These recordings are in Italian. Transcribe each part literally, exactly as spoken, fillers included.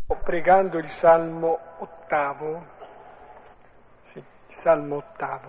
Pregando il Salmo ottavo, sì, il Salmo ottavo,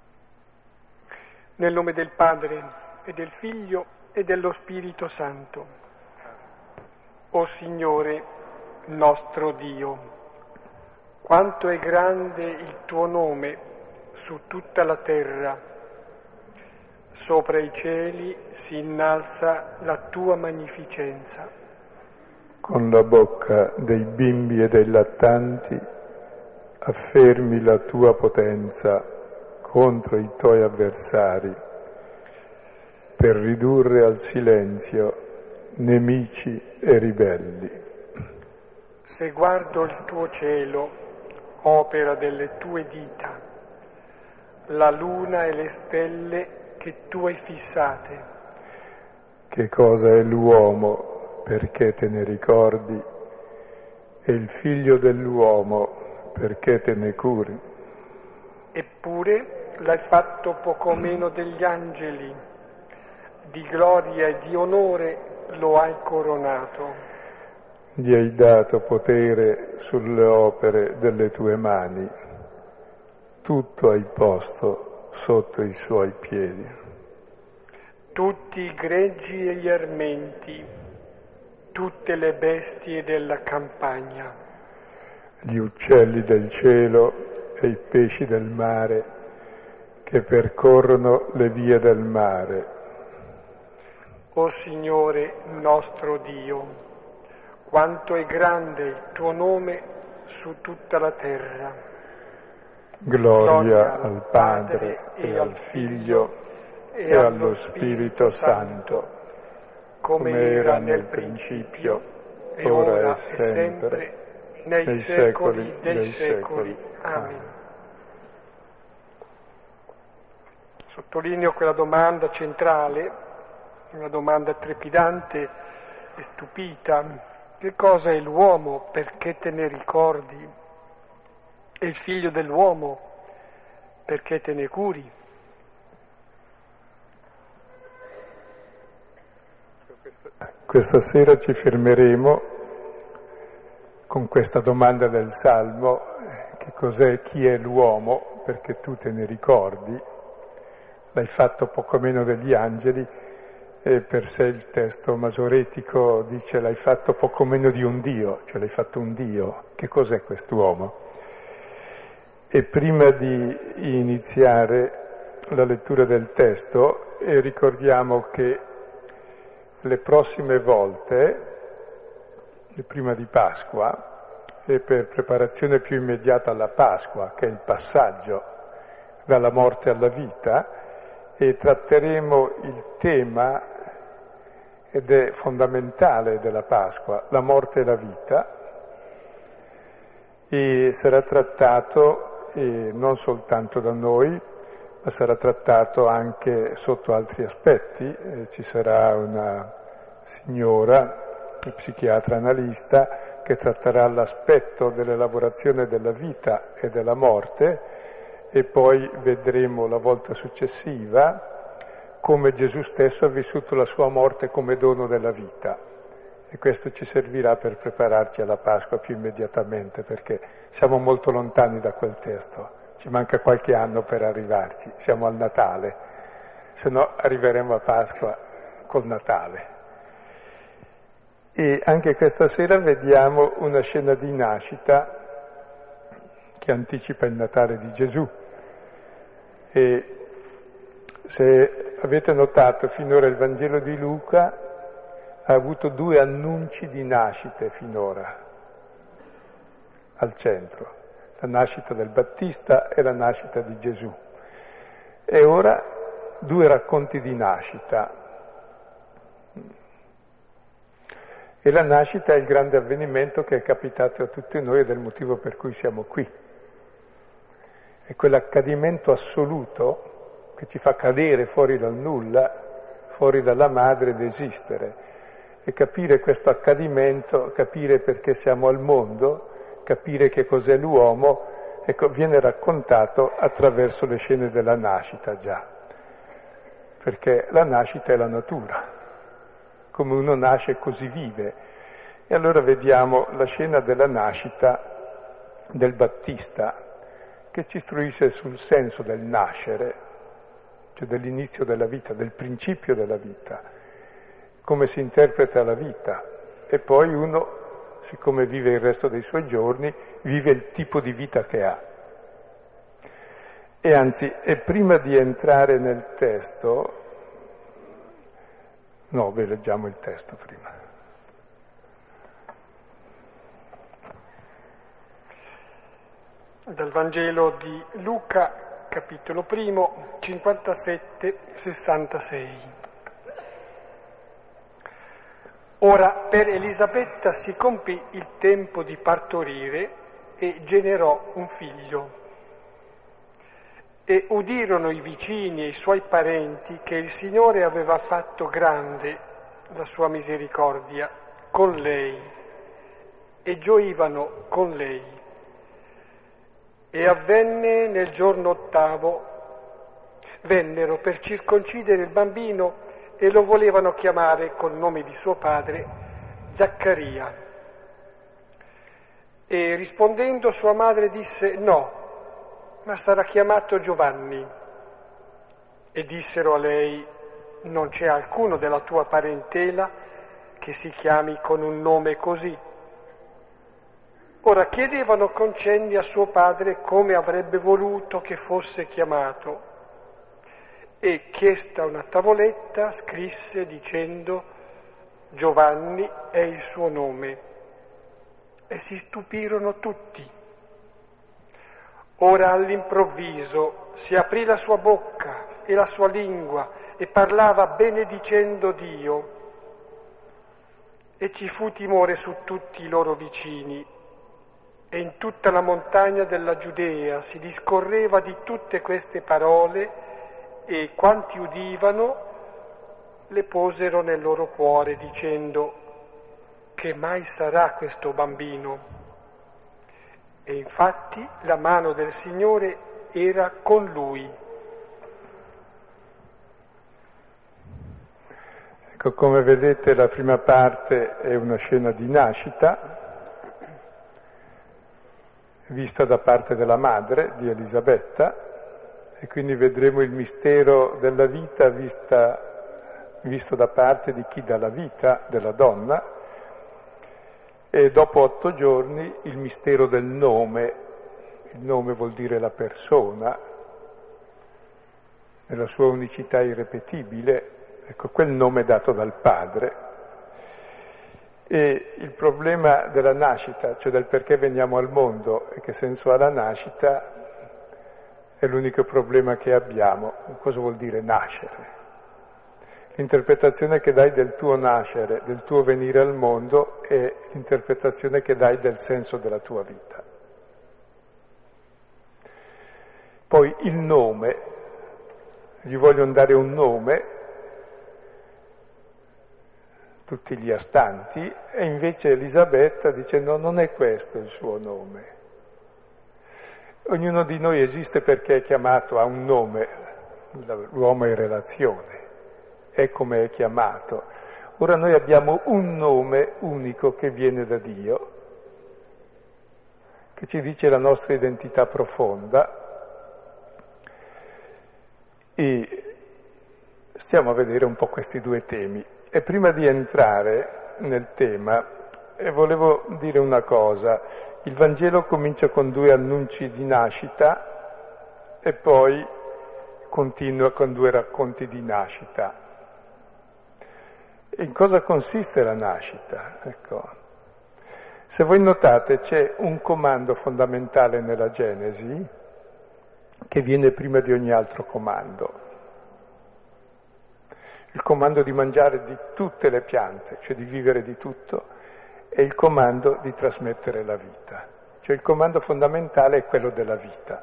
nel nome del Padre e del Figlio e dello Spirito Santo. O Signore, nostro Dio, quanto è grande il tuo nome su tutta la terra, sopra i cieli si innalza la tua magnificenza. Con la bocca dei bimbi e dei lattanti affermi la tua potenza contro i tuoi avversari, per ridurre al silenzio nemici e ribelli. Se guardo il tuo cielo, opera delle tue dita, la luna e le stelle che tu hai fissate. Che cosa è l'uomo perché te ne ricordi, e il figlio dell'uomo perché te ne curi? Eppure l'hai fatto poco meno degli angeli, di gloria e di onore lo hai coronato. Gli hai dato potere sulle opere delle tue mani, tutto hai posto sotto i suoi piedi. Tutti i greggi e gli armenti, tutte le bestie della campagna, gli uccelli del cielo e i pesci del mare che percorrono le vie del mare. O Signore nostro Dio, quanto è grande il tuo nome su tutta la terra. Gloria, Gloria al Padre e al Figlio e allo Spirito Santo, come era nel principio, e ora e sempre, nei, nei secoli dei, dei secoli. secoli. Amen. Sottolineo quella domanda centrale, una domanda trepidante e stupita. Che cosa è l'uomo? Perché te ne ricordi? E il figlio dell'uomo? Perché te ne curi? Questa sera ci fermeremo con questa domanda del Salmo: che cos'è, chi è l'uomo? Perché tu te ne ricordi, l'hai fatto poco meno degli angeli, e per sé il testo masoretico dice l'hai fatto poco meno di un Dio, cioè l'hai fatto un Dio. Che cos'è quest'uomo? E prima di iniziare la lettura del testo, eh, ricordiamo che le prossime volte, prima di Pasqua, e per preparazione più immediata alla Pasqua, che è il passaggio dalla morte alla vita, e tratteremo il tema, ed è fondamentale, della Pasqua, la morte e la vita, e sarà trattato eh, non soltanto da noi, ma sarà trattato anche sotto altri aspetti. Eh, ci sarà una signora, psichiatra analista, che tratterà l'aspetto dell'elaborazione della vita e della morte, e poi vedremo la volta successiva come Gesù stesso ha vissuto la sua morte come dono della vita. E questo ci servirà per prepararci alla Pasqua più immediatamente, perché siamo molto lontani da quel testo. Ci manca qualche anno per arrivarci, siamo al Natale, se no arriveremo a Pasqua col Natale. E anche questa sera vediamo una scena di nascita che anticipa il Natale di Gesù. E se avete notato, finora il Vangelo di Luca ha avuto due annunci di nascite finora al centro. La nascita del Battista e la nascita di Gesù. E ora due racconti di nascita. E la nascita è il grande avvenimento che è capitato a tutti noi ed è il motivo per cui siamo qui. È quell'accadimento assoluto che ci fa cadere fuori dal nulla, fuori dalla madre ed esistere. E capire questo accadimento, capire perché siamo al mondo, capire che cos'è l'uomo, ecco, viene raccontato attraverso le scene della nascita già, perché la nascita è la natura, come uno nasce così vive, E allora vediamo la scena della nascita del Battista, che ci istruisce sul senso del nascere, cioè dell'inizio della vita, del principio della vita, come si interpreta la vita. E poi uno, siccome vive il resto dei suoi giorni, vive il tipo di vita che ha. E anzi, e prima di entrare nel testo, no, beh, leggiamo il testo prima. Dal Vangelo di Luca, capitolo primo, cinquantasette sessantasei. Ora per Elisabetta si compì il tempo di partorire e generò un figlio. E udirono i vicini e i suoi parenti che il Signore aveva fatto grande la sua misericordia con lei, e gioivano con lei. E avvenne nel giorno ottavo, vennero per circoncidere il bambino e lo volevano chiamare col nome di suo padre, Zaccaria. E rispondendo sua madre disse: no, ma sarà chiamato Giovanni. E dissero a lei: non c'è alcuno della tua parentela che si chiami con un nome così. Ora chiedevano concenni a suo padre come avrebbe voluto che fosse chiamato. E chiesta una tavoletta scrisse dicendo: Giovanni è il suo nome. E si stupirono tutti. Ora all'improvviso si aprì la sua bocca e la sua lingua e parlava benedicendo Dio. E ci fu timore su tutti i loro vicini, e in tutta la montagna della Giudea si discorreva di tutte queste parole, e quanti udivano le posero nel loro cuore dicendo: che mai sarà questo bambino? E infatti la mano del Signore era con lui. Ecco, come vedete la prima parte è una scena di nascita, vista da parte della madre di Elisabetta, e quindi vedremo il mistero della vita vista, visto da parte di chi dà la vita, della donna. E dopo otto giorni il mistero del nome, il nome vuol dire la persona, nella sua unicità irrepetibile, ecco quel nome dato dal Padre. E il problema della nascita, cioè del perché veniamo al mondo e che senso ha la nascita, è l'unico problema che abbiamo. Cosa vuol dire nascere? L'interpretazione che dai del tuo nascere, del tuo venire al mondo, è l'interpretazione che dai del senso della tua vita. Poi il nome, gli vogliono dare un nome, tutti gli astanti, e invece Elisabetta dice no, non è questo il suo nome. Ognuno di noi esiste perché è chiamato a un nome, l'uomo è relazione. È come è chiamato. Ora noi abbiamo un nome unico che viene da Dio, che ci dice la nostra identità profonda, e stiamo a vedere un po' questi due temi. E prima di entrare nel tema, eh, volevo dire una cosa. Il Vangelo comincia con due annunci di nascita e poi continua con due racconti di nascita. In cosa consiste la nascita? Ecco. Se voi notate c'è un comando fondamentale nella Genesi che viene prima di ogni altro comando. Il comando di mangiare di tutte le piante, cioè di vivere di tutto, e il comando di trasmettere la vita. Cioè il comando fondamentale è quello della vita.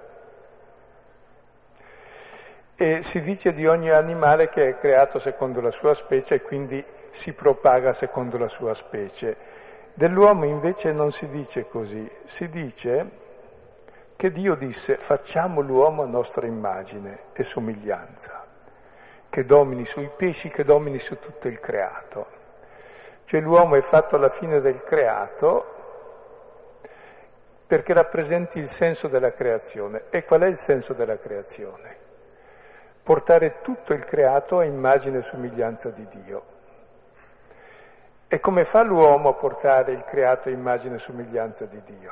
E si dice di ogni animale che è creato secondo la sua specie e quindi si propaga secondo la sua specie. Dell'uomo invece non si dice così, si dice che Dio disse: facciamo l'uomo a nostra immagine e somiglianza, che domini sui pesci, che domini su tutto il creato. Cioè l'uomo è fatto alla fine del creato perché rappresenti il senso della creazione. E qual è il senso della creazione? Portare tutto il creato a immagine e somiglianza di Dio. E come fa l'uomo a portare il creato a immagine e somiglianza di Dio?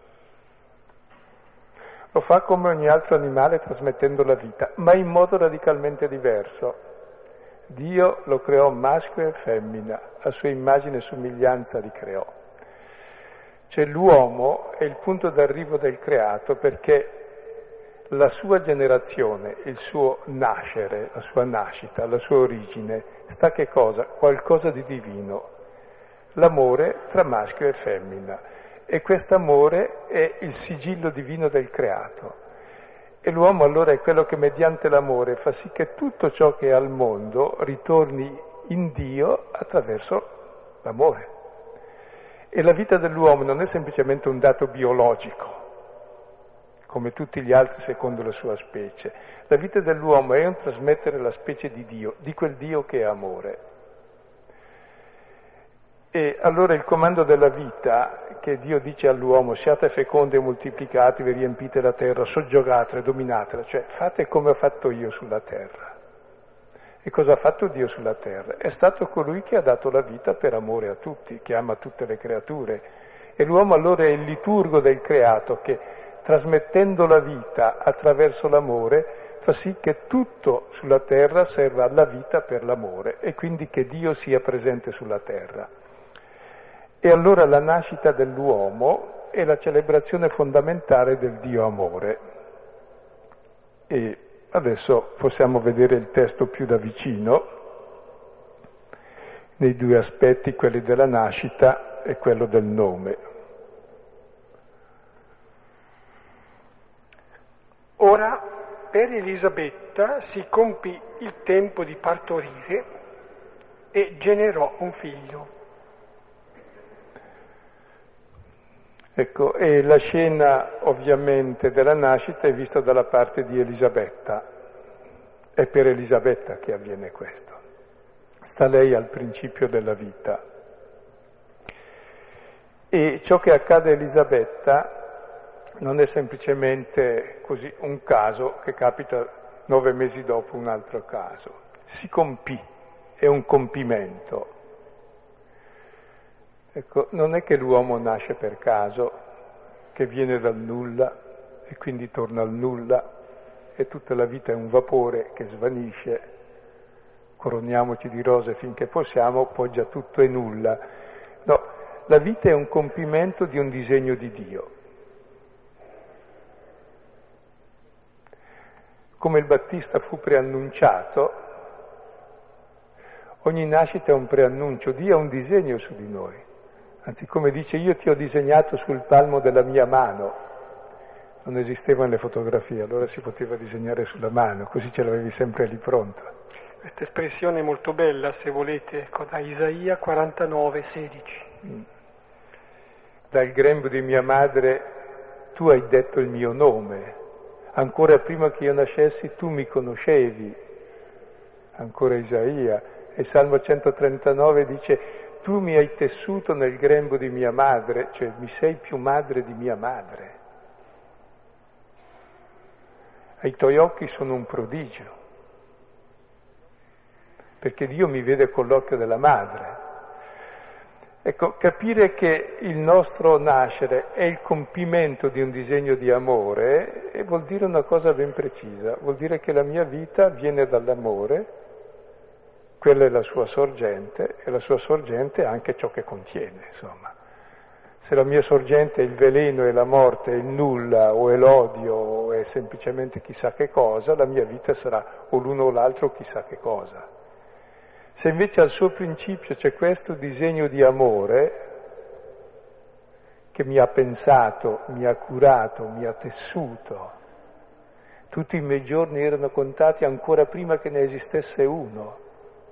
Lo fa come ogni altro animale trasmettendo la vita, ma in modo radicalmente diverso. Dio lo creò maschio e femmina, a sua immagine e somiglianza li creò. Cioè l'uomo è il punto d'arrivo del creato perché la sua generazione, il suo nascere, la sua nascita, la sua origine, sta che cosa? Qualcosa di divino. L'amore tra maschio e femmina. E quest'amore è il sigillo divino del creato. E l'uomo allora è quello che mediante l'amore fa sì che tutto ciò che è al mondo ritorni in Dio attraverso l'amore. E la vita dell'uomo non è semplicemente un dato biologico, come tutti gli altri secondo la sua specie. La vita dell'uomo è un trasmettere la specie di Dio, di quel Dio che è amore. E allora il comando della vita, che Dio dice all'uomo, siate fecondi e moltiplicatevi, riempite la terra, soggiogatela, dominatela, cioè fate come ho fatto io sulla terra. E cosa ha fatto Dio sulla terra? È stato colui che ha dato la vita per amore a tutti, che ama tutte le creature. E l'uomo allora è il liturgo del creato che, trasmettendo la vita attraverso l'amore, fa sì che tutto sulla terra serva alla vita per l'amore e quindi che Dio sia presente sulla terra. E allora la nascita dell'uomo è la celebrazione fondamentale del Dio amore. E adesso possiamo vedere il testo più da vicino, nei due aspetti, quelli della nascita e quello del nome. Ora, per Elisabetta si compì il tempo di partorire e generò un figlio. Ecco, e la scena ovviamente della nascita è vista dalla parte di Elisabetta. È per Elisabetta che avviene questo. Sta lei al principio della vita. E ciò che accade a Elisabetta non è semplicemente così un caso che capita nove mesi dopo un altro caso. Si compì, è un compimento. Ecco, non è che l'uomo nasce per caso, che viene dal nulla e quindi torna al nulla e tutta la vita è un vapore che svanisce, coroniamoci di rose finché possiamo, poi già tutto è nulla. No, la vita è un compimento di un disegno di Dio. Come il Battista fu preannunciato, ogni nascita è un preannuncio, Dio ha un disegno su di noi. Anzi, come dice, io ti ho disegnato sul palmo della mia mano. Non esistevano le fotografie, allora si poteva disegnare sulla mano, così ce l'avevi sempre lì pronta. Questa espressione è molto bella, se volete, ecco, da Isaia quarantanove, sedici. Mm. Dal grembo di mia madre tu hai detto il mio nome. Ancora prima che io nascessi tu mi conoscevi. Ancora Isaia. E Salmo centotrentanove dice tu mi hai tessuto nel grembo di mia madre, cioè mi sei più madre di mia madre. Ai tuoi occhi sono un prodigio, perché Dio mi vede con l'occhio della madre. Ecco, capire che il nostro nascere è il compimento di un disegno di amore e vuol dire una cosa ben precisa, vuol dire che la mia vita viene dall'amore. Quella è la sua sorgente e la sua sorgente è anche ciò che contiene, insomma. Se la mia sorgente è il veleno, è la morte, è il nulla, o è l'odio, o è semplicemente chissà che cosa, la mia vita sarà o l'uno o l'altro chissà che cosa. Se invece al suo principio c'è questo disegno di amore che mi ha pensato, mi ha curato, mi ha tessuto, tutti i miei giorni erano contati ancora prima che ne esistesse uno.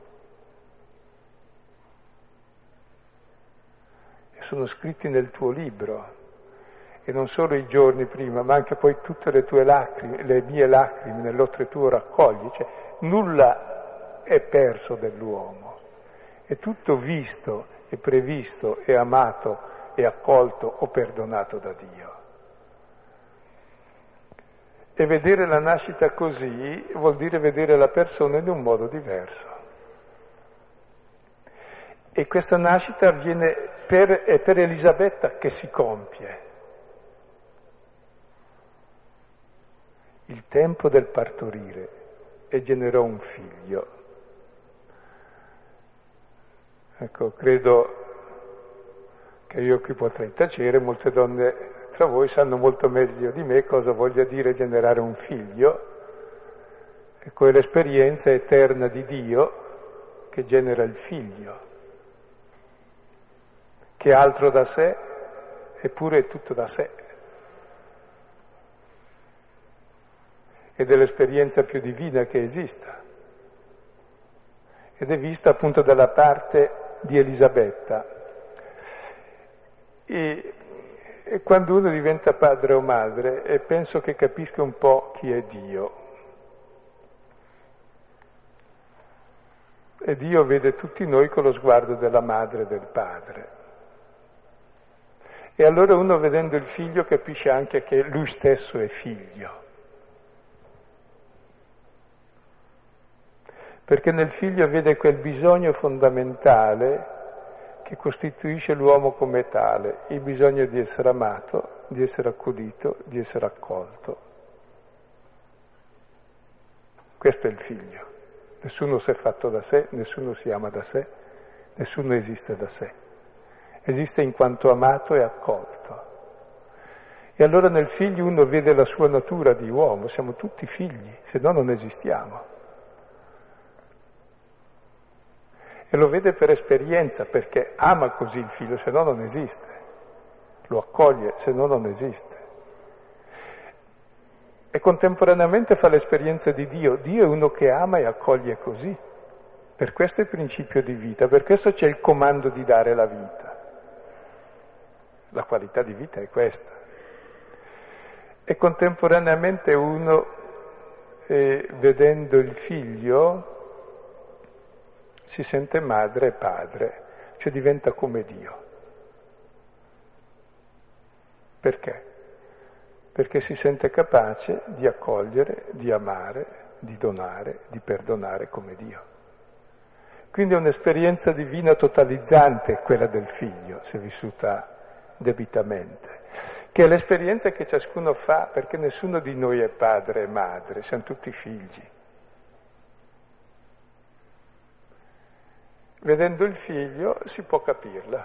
Sono scritti nel tuo libro, e non solo i giorni prima, ma anche poi tutte le tue lacrime, le mie lacrime nell'oltre tuo raccogli, cioè nulla è perso dell'uomo, è tutto visto è previsto, è amato, è accolto o perdonato da Dio. E vedere la nascita così vuol dire vedere la persona in un modo diverso. E questa nascita avviene per, è per Elisabetta che si compie. Il tempo del partorire e generò un figlio. Ecco, credo che io qui potrei tacere, molte donne tra voi sanno molto meglio di me cosa voglia dire generare un figlio. Ecco, è l'esperienza eterna di Dio che genera il figlio, che è altro da sé, eppure è tutto da sé. Ed è l'esperienza più divina che esista. Ed è vista appunto dalla parte di Elisabetta. E, e quando uno diventa padre o madre, e penso che capisca un po' chi è Dio. E Dio vede tutti noi con lo sguardo della madre e del padre. E allora uno, vedendo il figlio, capisce anche che lui stesso è figlio. Perché nel figlio vede quel bisogno fondamentale che costituisce l'uomo come tale, il bisogno di essere amato, di essere accudito, di essere accolto. Questo è il figlio. Nessuno si è fatto da sé, nessuno si ama da sé, nessuno esiste da sé. Esiste in quanto amato e accolto. E allora nel figlio uno vede la sua natura di uomo, siamo tutti figli, se no non esistiamo. E lo vede per esperienza, perché ama così il figlio, se no non esiste. Lo accoglie, se no non esiste. E contemporaneamente fa l'esperienza di Dio. Dio è uno che ama e accoglie così. Per questo è il principio di vita, per questo c'è il comando di dare la vita. La qualità di vita è questa. E contemporaneamente uno, eh, vedendo il figlio, si sente madre e padre, cioè diventa come Dio. Perché? Perché si sente capace di accogliere, di amare, di donare, di perdonare come Dio. Quindi è un'esperienza divina totalizzante quella del figlio, se vissuta debitamente, che è l'esperienza che ciascuno fa, perché nessuno di noi è padre e madre, siamo tutti figli. Vedendo il figlio si può capirla.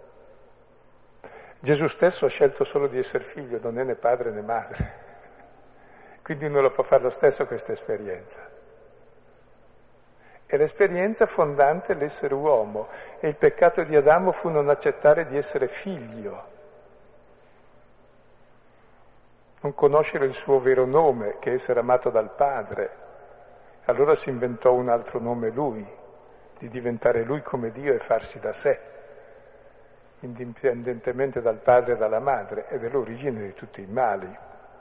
Gesù stesso ha scelto solo di essere figlio, non è né padre né madre. Quindi uno lo può fare lo stesso questa esperienza. E l'esperienza fondante è l'essere uomo. E il peccato di Adamo fu non accettare di essere figlio, non conoscere il suo vero nome, che è essere amato dal padre. Allora si inventò un altro nome lui, di diventare lui come Dio e farsi da sé, indipendentemente dal padre e dalla madre, ed è l'origine di tutti i mali.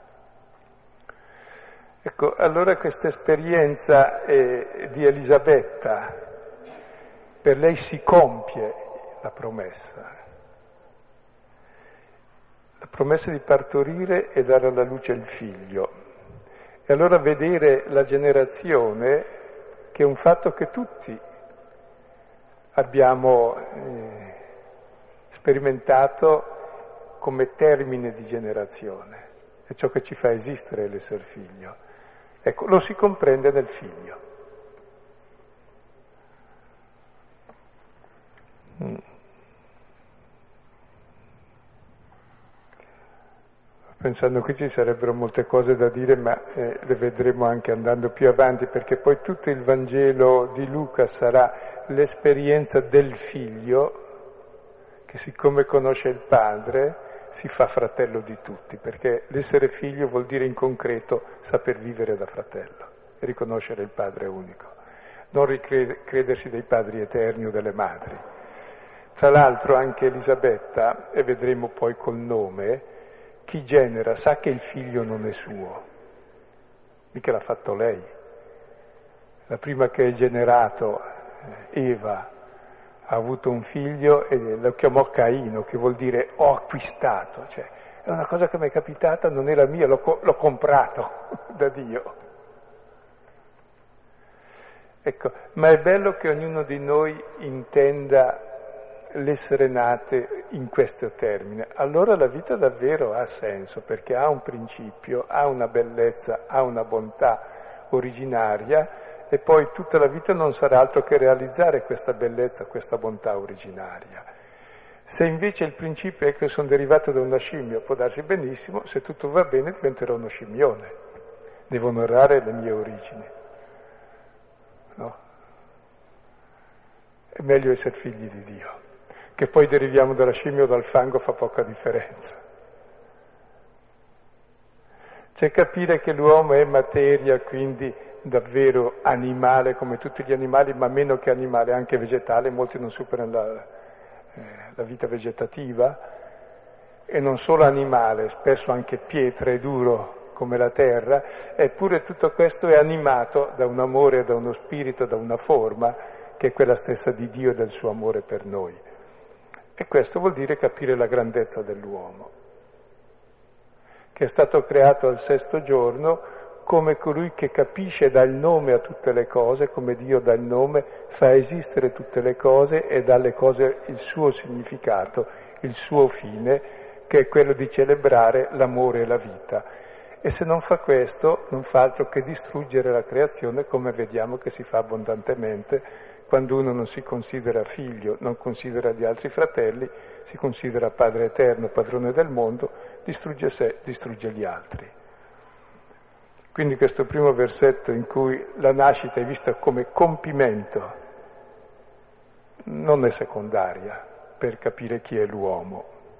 Ecco, allora questa esperienza eh, di Elisabetta, per lei si compie la promessa, la promessa di partorire e dare alla luce il figlio. E allora vedere la generazione, che è un fatto che tutti abbiamo eh, sperimentato come termine di generazione, è ciò che ci fa esistere l'essere figlio. Ecco, lo si comprende nel figlio. Mm. Pensando qui ci sarebbero molte cose da dire, ma eh, le vedremo anche andando più avanti, perché poi tutto il Vangelo di Luca sarà l'esperienza del figlio, che siccome conosce il padre si fa fratello di tutti, perché l'essere figlio vuol dire in concreto saper vivere da fratello e riconoscere il padre unico, non ricredersi dei padri eterni o delle madri. Tra l'altro anche Elisabetta, e vedremo poi col nome, chi genera sa che il figlio non è suo, mica l'ha fatto lei. La prima che è generato, Eva, ha avuto un figlio e lo chiamò Caino, che vuol dire ho acquistato, cioè è una cosa che mi è capitata, non era mia, l'ho, l'ho comprato da Dio. Ecco, ma è bello che ognuno di noi intenda l'essere nate in questo termine. Allora la vita davvero ha senso, perché ha un principio, ha una bellezza, ha una bontà originaria, e poi tutta la vita non sarà altro che realizzare questa bellezza, questa bontà originaria. Se invece il principio è che sono derivato da una scimmia, può darsi benissimo, se tutto va bene diventerò uno scimmione, devo onorare le mie origini. No? È meglio essere figli di Dio, che poi deriviamo dalla scimmia o dal fango fa poca differenza. C'è capire che l'uomo è materia, quindi davvero animale come tutti gli animali, ma meno che animale, anche vegetale, molti non superano la, eh, la vita vegetativa, e non solo animale, spesso anche pietra e duro come la terra, eppure tutto questo è animato da un amore, da uno spirito, da una forma, che è quella stessa di Dio e del suo amore per noi. E questo vuol dire capire la grandezza dell'uomo, che è stato creato al sesto giorno come colui che capisce e dà il nome a tutte le cose, come Dio dà il nome, fa esistere tutte le cose e dà alle cose il suo significato, il suo fine, che è quello di celebrare l'amore e la vita. E se non fa questo, non fa altro che distruggere la creazione, come vediamo che si fa abbondantemente quando uno non si considera figlio, non considera gli altri fratelli, si considera Padre eterno, padrone del mondo, distrugge sé, distrugge gli altri. Quindi questo primo versetto in cui la nascita è vista come compimento non è secondaria per capire chi è l'uomo.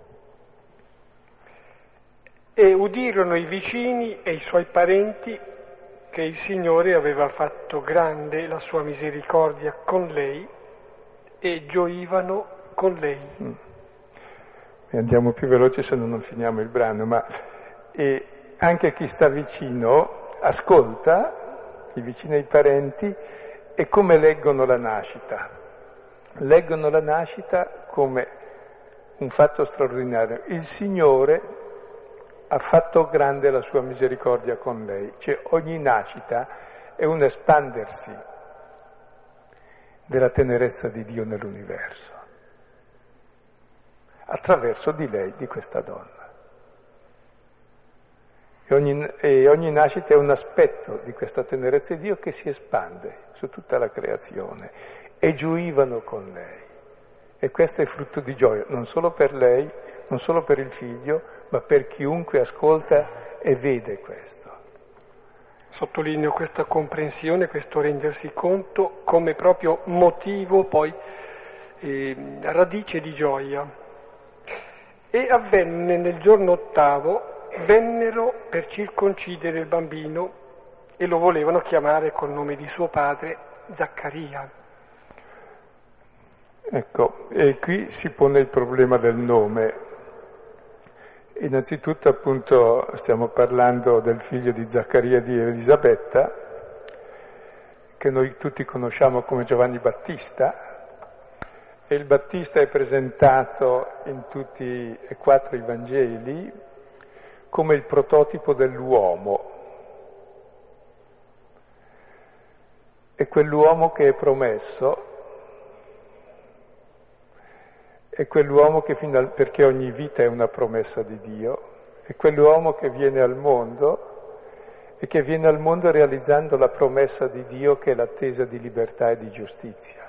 E udirono i vicini e i suoi parenti che il Signore aveva fatto grande la sua misericordia con lei e gioivano con lei. Mm. Andiamo più veloci se no non finiamo il brano, ma e anche chi sta vicino ascolta, i vicini e i parenti, e come leggono la nascita. Leggono la nascita come un fatto straordinario. Il Signore ha fatto grande la sua misericordia con lei, cioè ogni nascita è un espandersi della tenerezza di Dio nell'universo, attraverso di lei, di questa donna. E ogni, e ogni nascita è un aspetto di questa tenerezza di Dio che si espande su tutta la creazione, e gioivano con lei. E questo è frutto di gioia, non solo per lei, non solo per il figlio, ma per chiunque ascolta e vede questo. Sottolineo questa comprensione, questo rendersi conto come proprio motivo, poi eh, radice di gioia. E avvenne nel giorno ottavo, vennero per circoncidere il bambino e lo volevano chiamare col nome di suo padre, Zaccaria. Ecco, e qui si pone il problema del nome. Innanzitutto, appunto, stiamo parlando del figlio di Zaccaria e di Elisabetta, che noi tutti conosciamo come Giovanni Battista, e il Battista è presentato in tutti e quattro i Vangeli come il prototipo dell'uomo. E quell'uomo che è promesso è quell'uomo che fino al, perché ogni vita è una promessa di Dio, è quell'uomo che viene al mondo e che viene al mondo realizzando la promessa di Dio che è l'attesa di libertà e di giustizia.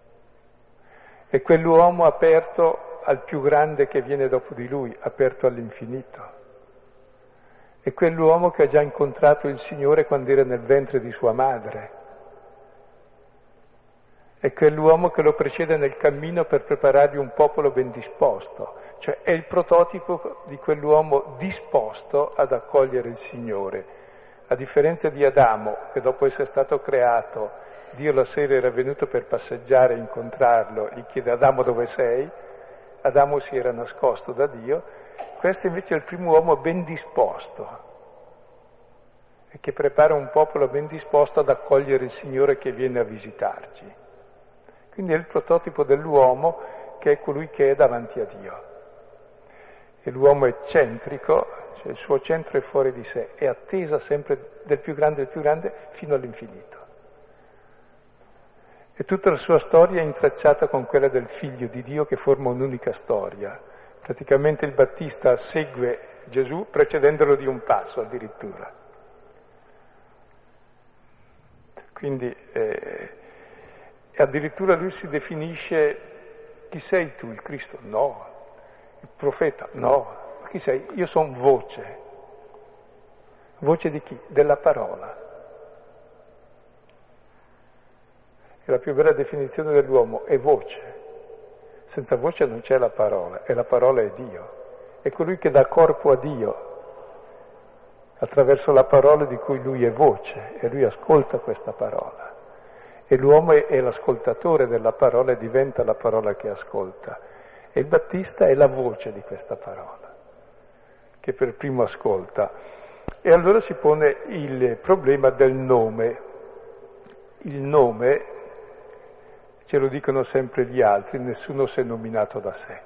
È quell'uomo aperto al più grande che viene dopo di lui, aperto all'infinito. È quell'uomo che ha già incontrato il Signore quando era nel ventre di sua madre. È quell'uomo che lo precede nel cammino per preparargli un popolo ben disposto, cioè è il prototipo di quell'uomo disposto ad accogliere il Signore. A differenza di Adamo, che dopo essere stato creato, Dio la sera era venuto per passeggiare e incontrarlo, gli chiede: Adamo, dove sei? Adamo si era nascosto da Dio. Questo invece è il primo uomo ben disposto e che prepara un popolo ben disposto ad accogliere il Signore che viene a visitarci. Quindi è il prototipo dell'uomo che è colui che è davanti a Dio. E l'uomo è centrico, cioè il suo centro è fuori di sé, è attesa sempre del più grande del più grande fino all'infinito. E tutta la sua storia è intrecciata con quella del Figlio di Dio che forma un'unica storia. Praticamente il Battista segue Gesù precedendolo di un passo addirittura. Quindi eh, addirittura lui si definisce: chi sei tu? Il Cristo? No. Il profeta? No. Ma chi sei? Io sono voce. Voce di chi? Della parola. E la più bella definizione dell'uomo è voce. Senza voce non c'è la parola, e la parola è Dio. È colui che dà corpo a Dio attraverso la parola di cui lui è voce, e lui ascolta questa parola. E l'uomo è, è l'ascoltatore della parola e diventa la parola che ascolta. E il Battista è la voce di questa parola, che per primo ascolta. E allora si pone il problema del nome. Il nome, ce lo dicono sempre gli altri, nessuno si è nominato da sé.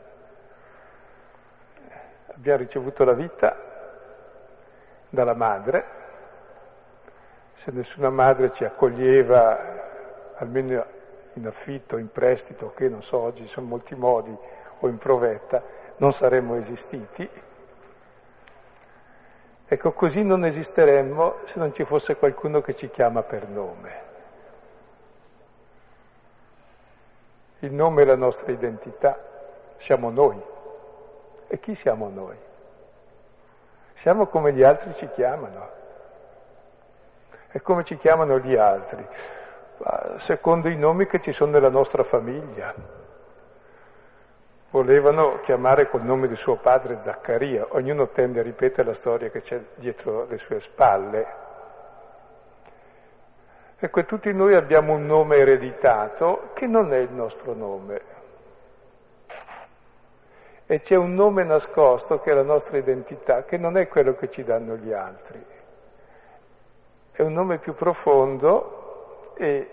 Abbiamo ricevuto la vita dalla madre, se nessuna madre ci accoglieva, almeno in affitto, in prestito, che non so, oggi sono molti modi, o in provetta, non saremmo esistiti. Ecco, così non esisteremmo se non ci fosse qualcuno che ci chiama per nome. Il nome è la nostra identità, siamo noi. E chi siamo noi? Siamo come gli altri ci chiamano. E come ci chiamano gli altri? Secondo i nomi che ci sono nella nostra famiglia. Volevano chiamare col nome di suo padre Zaccaria, ognuno tende a ripetere la storia che c'è dietro le sue spalle. Ecco, tutti noi abbiamo un nome ereditato che non è il nostro nome. E c'è un nome nascosto che è la nostra identità, che non è quello che ci danno gli altri. È un nome più profondo e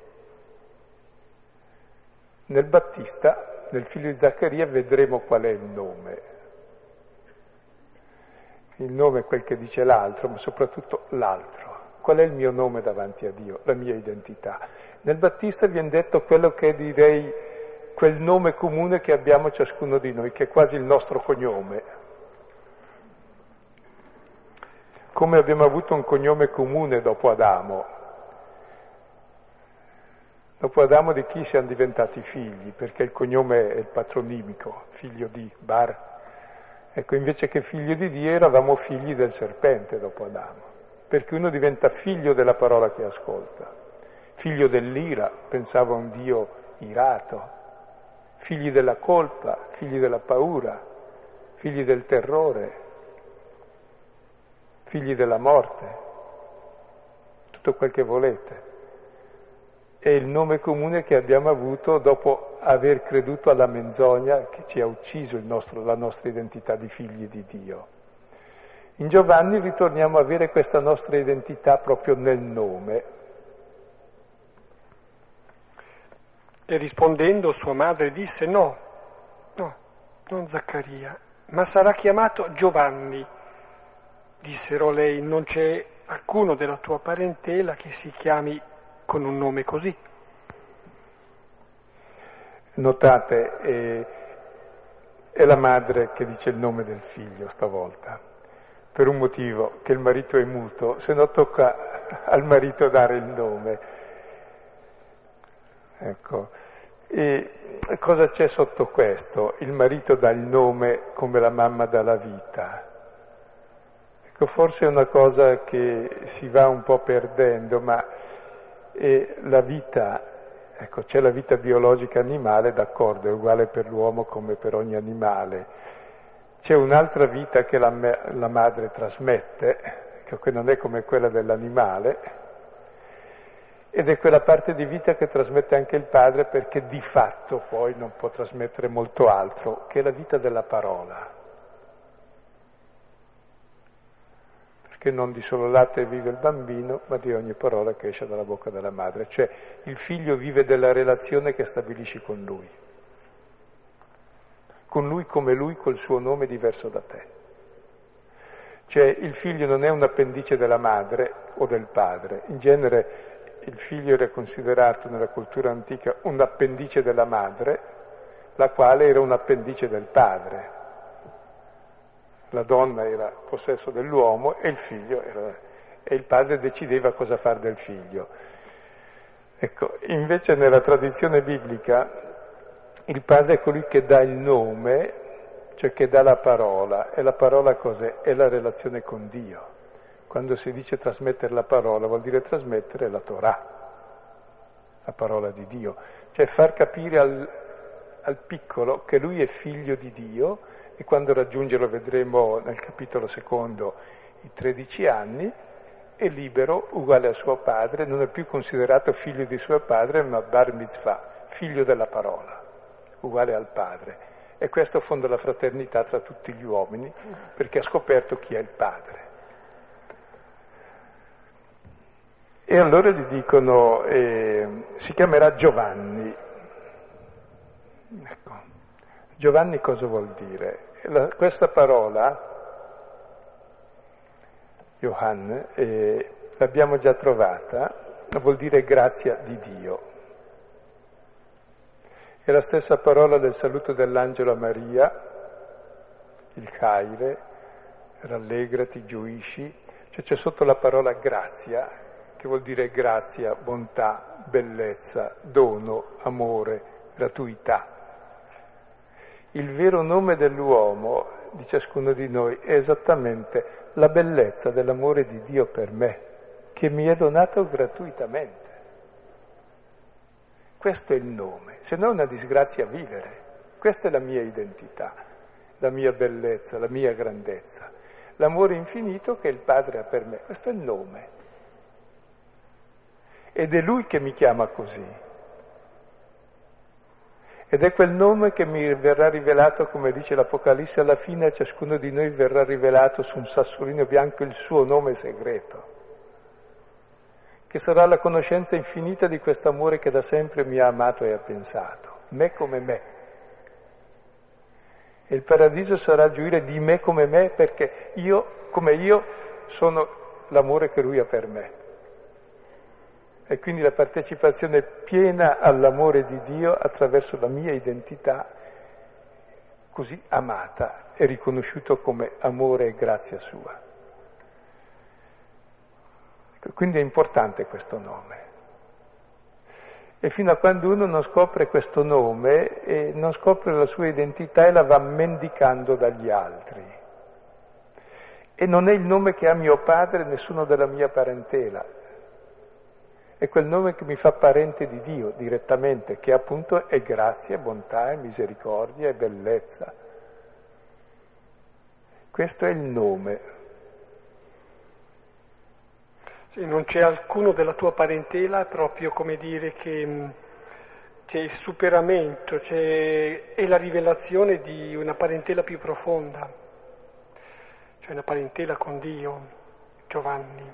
nel Battista, nel figlio di Zaccaria, vedremo qual è il nome. Il nome è quel che dice l'altro, ma soprattutto l'altro. Qual è il mio nome davanti a Dio, la mia identità? Nel Battista viene detto quello che è, direi, quel nome comune che abbiamo ciascuno di noi, che è quasi il nostro cognome. Come abbiamo avuto un cognome comune dopo Adamo. Dopo Adamo di chi siamo diventati figli? Perché il cognome è il patronimico, figlio di Bar. Ecco, invece che figlio di Dio eravamo figli del serpente dopo Adamo. Perché uno diventa figlio della parola che ascolta, figlio dell'ira, pensava a un Dio irato, figli della colpa, figli della paura, figli del terrore, figli della morte, tutto quel che volete. È il nome comune che abbiamo avuto dopo aver creduto alla menzogna che ci ha ucciso il nostro, la nostra identità di figli di Dio. In Giovanni ritorniamo a avere questa nostra identità proprio nel nome. E rispondendo sua madre disse: no, no, non Zaccaria, ma sarà chiamato Giovanni. Dissero lei: non c'è alcuno della tua parentela che si chiami con un nome così. Notate, è, è la madre che dice il nome del figlio stavolta. Per un motivo, che il marito è muto, se no tocca al marito dare il nome. Ecco, e cosa c'è sotto questo? Il marito dà il nome come la mamma dà la vita. Ecco, forse è una cosa che si va un po' perdendo, ma è la vita, ecco, c'è la vita biologica animale, d'accordo, è uguale per l'uomo come per ogni animale. C'è un'altra vita che la, la madre trasmette, che non è come quella dell'animale, ed è quella parte di vita che trasmette anche il padre, perché di fatto poi non può trasmettere molto altro, che è la vita della parola. perché non di solo latte vive il bambino, ma di ogni parola che esce dalla bocca della madre. Cioè il figlio vive della relazione che stabilisci con lui, con lui come lui, col suo nome diverso da te. Cioè il figlio non è un appendice della madre o del padre, in genere il figlio era considerato nella cultura antica un appendice della madre, la quale era un appendice del padre. La donna era possesso dell'uomo e il figlio era, e il padre decideva cosa fare del figlio. Ecco, invece nella tradizione biblica il padre è colui che dà il nome, cioè che dà la parola, e la parola cos'è? È la relazione con Dio. Quando si dice trasmettere la parola vuol dire trasmettere la Torah, la parola di Dio, cioè far capire al, al piccolo che lui è figlio di Dio. E quando raggiunge, lo vedremo nel capitolo secondo, i tredici anni, è libero, uguale a suo padre, non è più considerato figlio di suo padre, ma bar mitzvah, figlio della parola, uguale al padre. E questo fonda la fraternità tra tutti gli uomini, perché ha scoperto chi è il padre. E allora gli dicono, eh, si chiamerà Giovanni. Ecco, Giovanni cosa vuol dire? La, questa parola, Johann, eh, l'abbiamo già trovata, vuol dire grazia di Dio. È la stessa parola del saluto dell'angelo a Maria, il Chaire, rallegrati, gioisci, cioè c'è sotto la parola grazia, che vuol dire grazia, bontà, bellezza, dono, amore, gratuità. Il vero nome dell'uomo, di ciascuno di noi, è esattamente la bellezza dell'amore di Dio per me, che mi è donato gratuitamente. Questo è il nome, se no è una disgrazia vivere. Questa è la mia identità, la mia bellezza, la mia grandezza, l'amore infinito che il Padre ha per me. Questo è il nome. Ed è Lui che mi chiama così. Ed è quel nome che mi verrà rivelato, come dice l'Apocalisse, alla fine a ciascuno di noi verrà rivelato su un sassolino bianco il suo nome segreto, che sarà la conoscenza infinita di questo amore che da sempre mi ha amato e ha pensato, me come me. E il paradiso sarà gioire di me come me, perché io, come io, sono l'amore che Lui ha per me. E quindi la partecipazione piena all'amore di Dio attraverso la mia identità così amata e riconosciuto come amore e grazia sua. Quindi è importante questo nome. E fino a quando uno non scopre questo nome e non scopre la sua identità e la va mendicando dagli altri. E non è il nome che ha mio padre, nessuno della mia parentela. È quel nome che mi fa parente di Dio direttamente, che appunto è grazia, bontà, misericordia e bellezza. Questo è il nome. Sì, non c'è alcuno della tua parentela, è proprio come dire che mh, c'è il superamento, c'è, è la rivelazione di una parentela più profonda, cioè una parentela con Dio, Giovanni.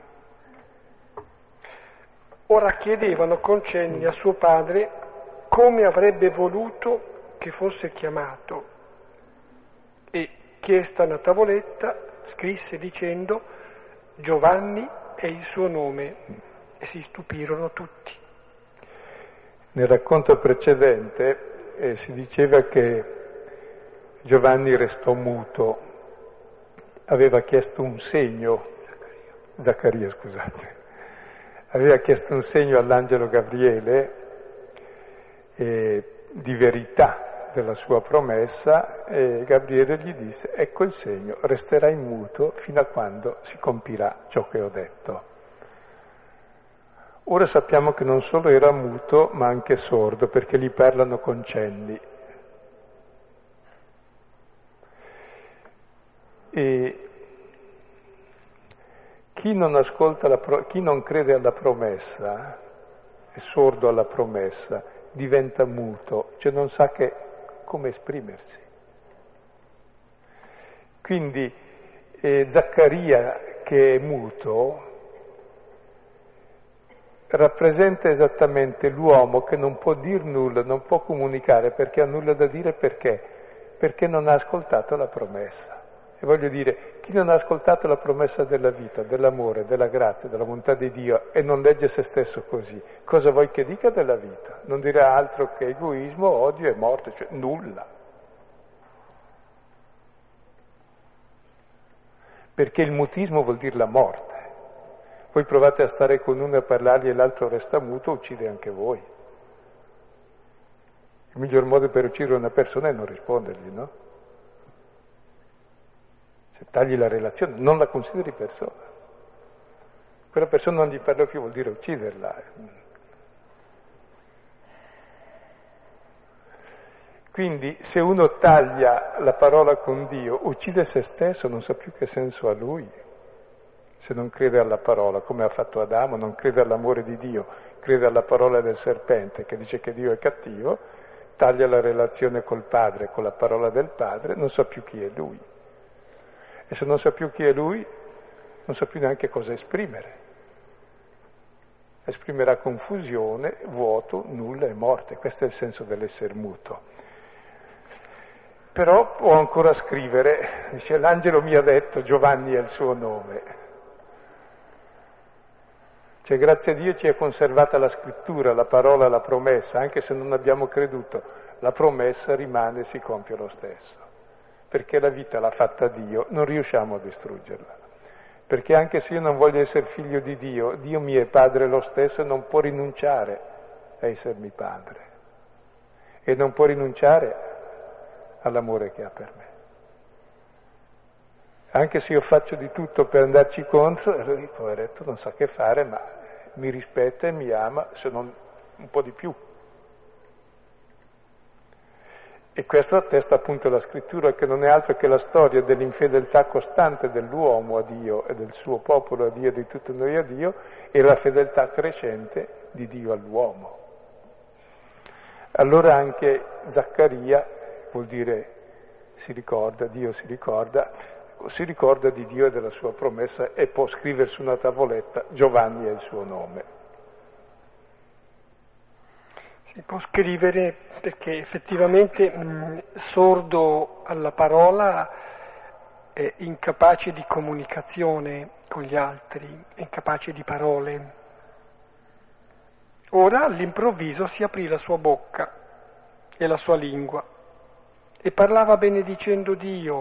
Ora chiedevano con cenni a suo padre come avrebbe voluto che fosse chiamato e, chiesta una tavoletta, scrisse dicendo Giovanni è il suo nome, e si stupirono tutti. Nel racconto precedente eh, si diceva che Giovanni restò muto, aveva chiesto un segno, Zaccaria, Zaccaria scusate, aveva chiesto un segno all'angelo Gabriele eh, di verità della sua promessa e Gabriele gli disse ecco il segno, resterai muto fino a quando si compirà ciò che ho detto. Ora sappiamo che non solo era muto ma anche sordo perché gli parlano con cenni. E chi non ascolta la pro- chi non crede alla promessa, è sordo alla promessa, diventa muto, cioè non sa che, come esprimersi. Quindi eh, Zaccaria, che è muto, rappresenta esattamente l'uomo che non può dir nulla, non può comunicare perché ha nulla da dire. Perché? Perché non ha ascoltato la promessa. E voglio dire, chi non ha ascoltato la promessa della vita, dell'amore, della grazia, della bontà di Dio e non legge se stesso così, cosa vuoi che dica della vita? Non dirà altro che egoismo, odio e morte, cioè nulla. Perché il mutismo vuol dire la morte. Voi provate a stare con uno e a parlargli e l'altro resta muto, uccide anche voi. Il miglior modo per uccidere una persona è non rispondergli, no? Se tagli la relazione, non la consideri persona. Quella persona non gli parla più, vuol dire ucciderla. Quindi se uno taglia la parola con Dio, uccide se stesso, non sa più che senso ha lui. Se non crede alla parola, come ha fatto Adamo, non crede all'amore di Dio, crede alla parola del serpente che dice che Dio è cattivo, taglia la relazione col padre, con la parola del padre, non sa più chi è lui. E se non sa più chi è lui, non sa più neanche cosa esprimere. Esprimerà confusione, vuoto, nulla e morte. Questo è il senso dell'essere muto. Però può ancora scrivere, dice l'angelo mi ha detto, Giovanni è il suo nome. Cioè grazie a Dio ci è conservata la scrittura, la parola, la promessa, anche se non abbiamo creduto, la promessa rimane e si compie lo stesso. Perché la vita l'ha fatta Dio, non riusciamo a distruggerla. Perché anche se io non voglio essere figlio di Dio, Dio mi è padre lo stesso e non può rinunciare a essermi padre. E non può rinunciare all'amore che ha per me. Anche se io faccio di tutto per andarci contro, lui, poveretto, non sa che fare, ma mi rispetta e mi ama, se non un po' di più. E questo attesta appunto la scrittura, che non è altro che la storia dell'infedeltà costante dell'uomo a Dio e del suo popolo a Dio, di tutti noi a Dio, e la fedeltà crescente di Dio all'uomo. Allora anche Zaccaria vuol dire si ricorda, Dio si ricorda, si ricorda di Dio e della sua promessa e può scrivere su una tavoletta Giovanni è il suo nome. Si può scrivere perché effettivamente mh, sordo alla parola è incapace di comunicazione con gli altri, è incapace di parole. Ora all'improvviso si aprì la sua bocca e la sua lingua e parlava benedicendo Dio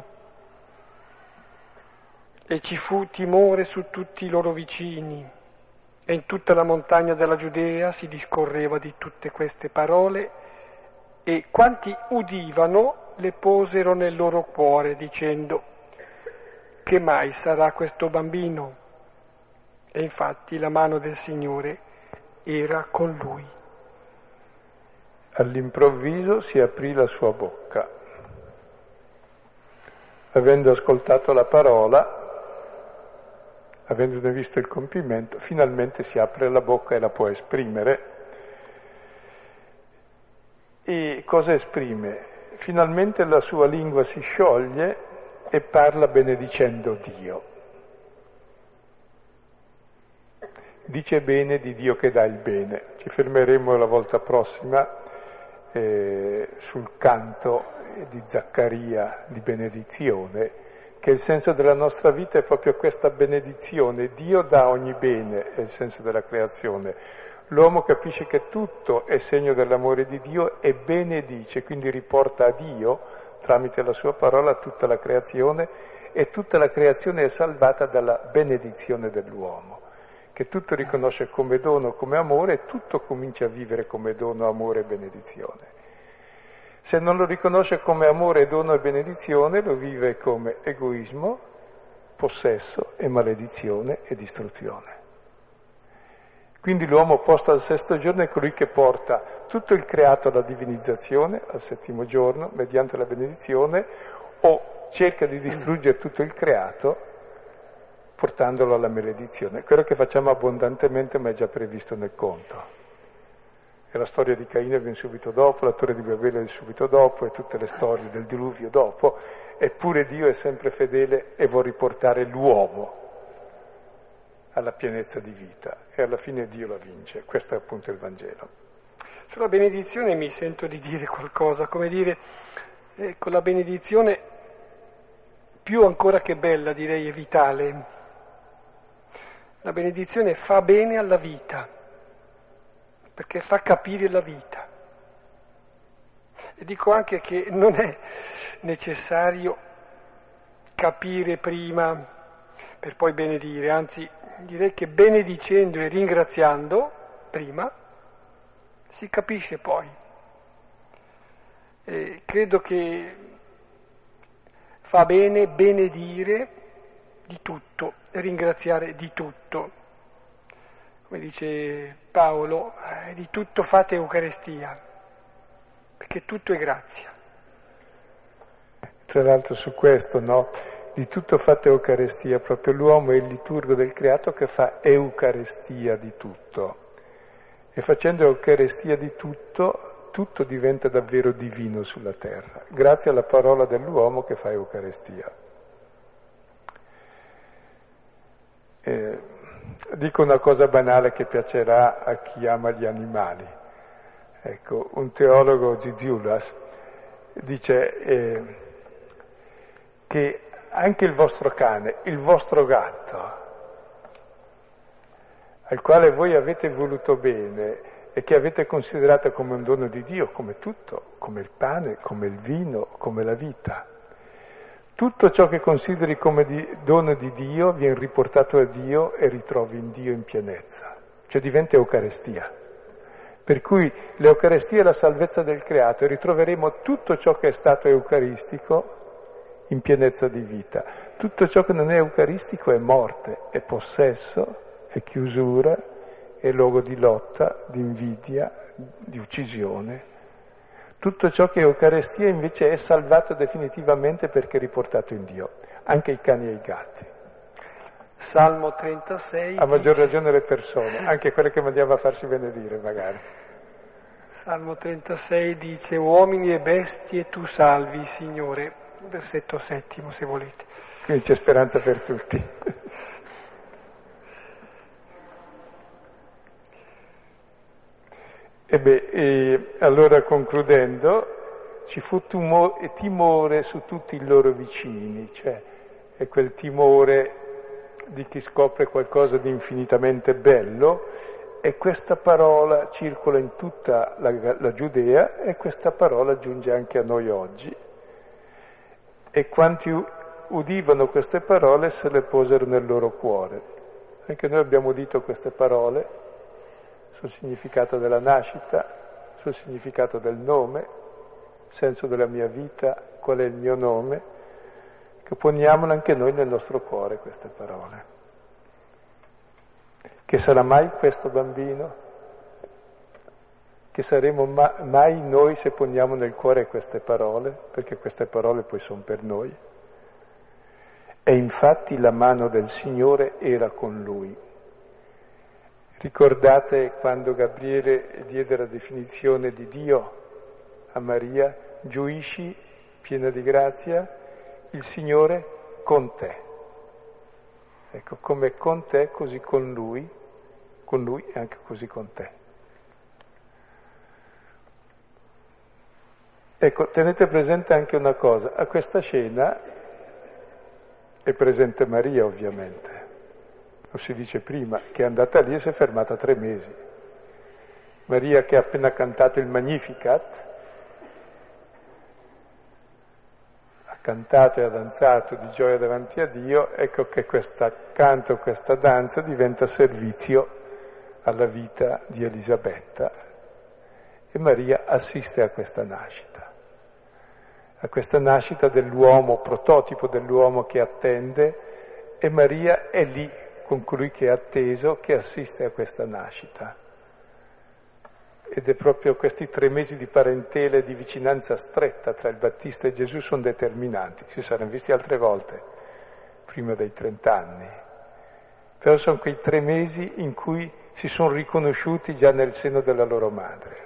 e ci fu timore su tutti i loro vicini. E in tutta la montagna della Giudea si discorreva di tutte queste parole e quanti udivano le posero nel loro cuore dicendo: che mai sarà questo bambino? E infatti la mano del Signore era con lui. All'improvviso si aprì la sua bocca. Avendo ascoltato la parola, avendone visto il compimento, finalmente si apre la bocca e la può esprimere. E cosa esprime? Finalmente la sua lingua si scioglie e parla benedicendo Dio. Dice bene di Dio che dà il bene. Ci fermeremo la volta prossima eh, sul canto di Zaccaria di benedizione, che il senso della nostra vita è proprio questa benedizione. Dio dà ogni bene, è il senso della creazione. L'uomo capisce che tutto è segno dell'amore di Dio e benedice, quindi riporta a Dio, tramite la sua parola, tutta la creazione, e tutta la creazione è salvata dalla benedizione dell'uomo, che tutto riconosce come dono, come amore, e tutto comincia a vivere come dono, amore e benedizione. Se non lo riconosce come amore, dono e benedizione, lo vive come egoismo, possesso e maledizione e distruzione. Quindi l'uomo posto al sesto giorno è colui che porta tutto il creato alla divinizzazione, al settimo giorno, mediante la benedizione, o cerca di distruggere tutto il creato portandolo alla maledizione. Quello che facciamo abbondantemente, ma è già previsto nel conto. E la storia di Caino viene subito dopo, la torre di Babele viene subito dopo, e tutte le storie del diluvio dopo, eppure Dio è sempre fedele e vuol riportare l'uomo alla pienezza di vita e alla fine Dio la vince. Questo è appunto il Vangelo. Sulla benedizione mi sento di dire qualcosa, come dire, ecco, la benedizione più ancora che bella, direi, è vitale. La benedizione fa bene alla vita, perché fa capire la vita. E dico anche che non è necessario capire prima per poi benedire, anzi direi che benedicendo e ringraziando prima si capisce poi. E credo che fa bene benedire di tutto, ringraziare di tutto. Come dice Paolo, eh, di tutto fate Eucaristia, perché tutto è grazia. Tra l'altro su questo, no? Di tutto fate Eucaristia, proprio l'uomo è il liturgo del creato che fa Eucaristia di tutto. E facendo Eucaristia di tutto, tutto diventa davvero divino sulla terra, grazie alla parola dell'uomo che fa Eucaristia. Eh, dico una cosa banale che piacerà a chi ama gli animali. Ecco, un teologo, Zizioulas, dice eh, che anche il vostro cane, il vostro gatto, al quale voi avete voluto bene e che avete considerato come un dono di Dio, come tutto, come il pane, come il vino, come la vita. Tutto ciò che consideri come di, dono di Dio viene riportato a Dio e ritrovi in Dio in pienezza, cioè diventa Eucaristia. Per cui l'Eucaristia è la salvezza del creato e ritroveremo tutto ciò che è stato eucaristico in pienezza di vita. Tutto ciò che non è eucaristico è morte, è possesso, è chiusura, è luogo di lotta, di invidia, di uccisione. Tutto ciò che è Eucaristia invece è salvato definitivamente perché è riportato in Dio, anche i cani e i gatti. Salmo trentasei. A maggior ragione le persone, anche quelle che mandiamo a farsi benedire magari. Salmo trentasei dice: uomini e bestie tu salvi, Signore. Versetto settimo, se volete. Quindi c'è speranza per tutti. E beh, e allora concludendo, ci fu tumo- timore su tutti i loro vicini, cioè è quel timore di chi scopre qualcosa di infinitamente bello, e questa parola circola in tutta la, la Giudea e questa parola giunge anche a noi oggi. E quanti udivano queste parole se le posero nel loro cuore. Anche noi abbiamo udito queste parole sul significato della nascita, sul significato del nome, senso della mia vita, qual è il mio nome, che poniamolo anche noi nel nostro cuore queste parole. Che sarà mai questo bambino? Che saremo ma- mai noi se poniamo nel cuore queste parole, perché queste parole poi sono per noi? E infatti la mano del Signore era con lui. Ricordate quando Gabriele diede la definizione di Dio a Maria: gioisci, piena di grazia, il Signore con te. Ecco, come con te, così con Lui, con Lui e anche così con te. Ecco, tenete presente anche una cosa: a questa scena è presente Maria, ovviamente. Lo si dice prima, che è andata lì e si è fermata tre mesi. Maria che ha appena cantato il Magnificat, ha cantato e ha danzato di gioia davanti a Dio, ecco che questo canto, questa danza diventa servizio alla vita di Elisabetta. E Maria assiste a questa nascita, a questa nascita dell'uomo, prototipo dell'uomo che attende, e Maria è lì con colui che è atteso, che assiste a questa nascita. Ed è proprio questi tre mesi di parentela e di vicinanza stretta tra il Battista e Gesù sono determinanti. Si saranno visti altre volte, prima dei trent'anni. Però sono quei tre mesi in cui si sono riconosciuti già nel seno della loro madre.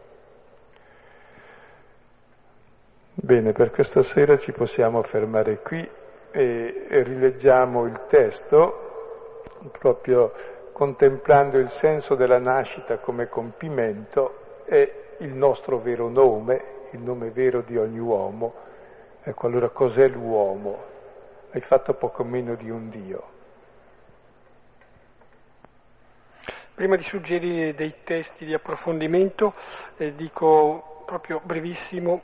Bene, per questa sera ci possiamo fermare qui e, e rileggiamo il testo proprio contemplando il senso della nascita come compimento, è il nostro vero nome, il nome vero di ogni uomo. Ecco, allora cos'è l'uomo? Hai fatto poco meno di un Dio. Prima di suggerire dei testi di approfondimento, eh, dico proprio brevissimo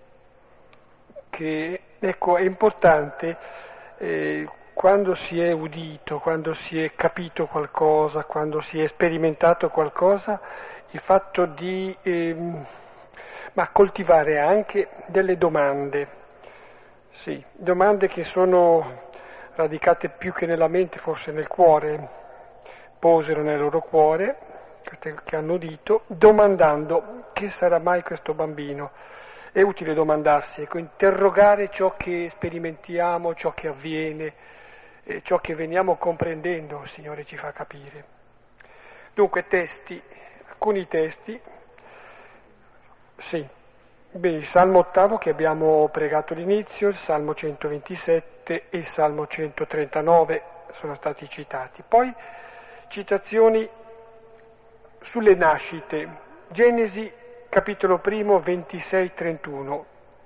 che ecco, è importante eh, quando si è udito, quando si è capito qualcosa, quando si è sperimentato qualcosa, il fatto di ehm, ma coltivare anche delle domande, sì, domande che sono radicate più che nella mente, forse nel cuore, posero nel loro cuore, queste che hanno udito, domandando che sarà mai questo bambino. È utile domandarsi, ecco, interrogare ciò che sperimentiamo, ciò che avviene, eh, ciò che veniamo comprendendo, il Signore ci fa capire. Dunque testi, alcuni testi, sì, bene, il Salmo ottavo che abbiamo pregato all'inizio, il Salmo centoventisette e il Salmo centotrentanove sono stati citati. Poi citazioni sulle nascite, Genesi capitolo primo ventisei trentuno,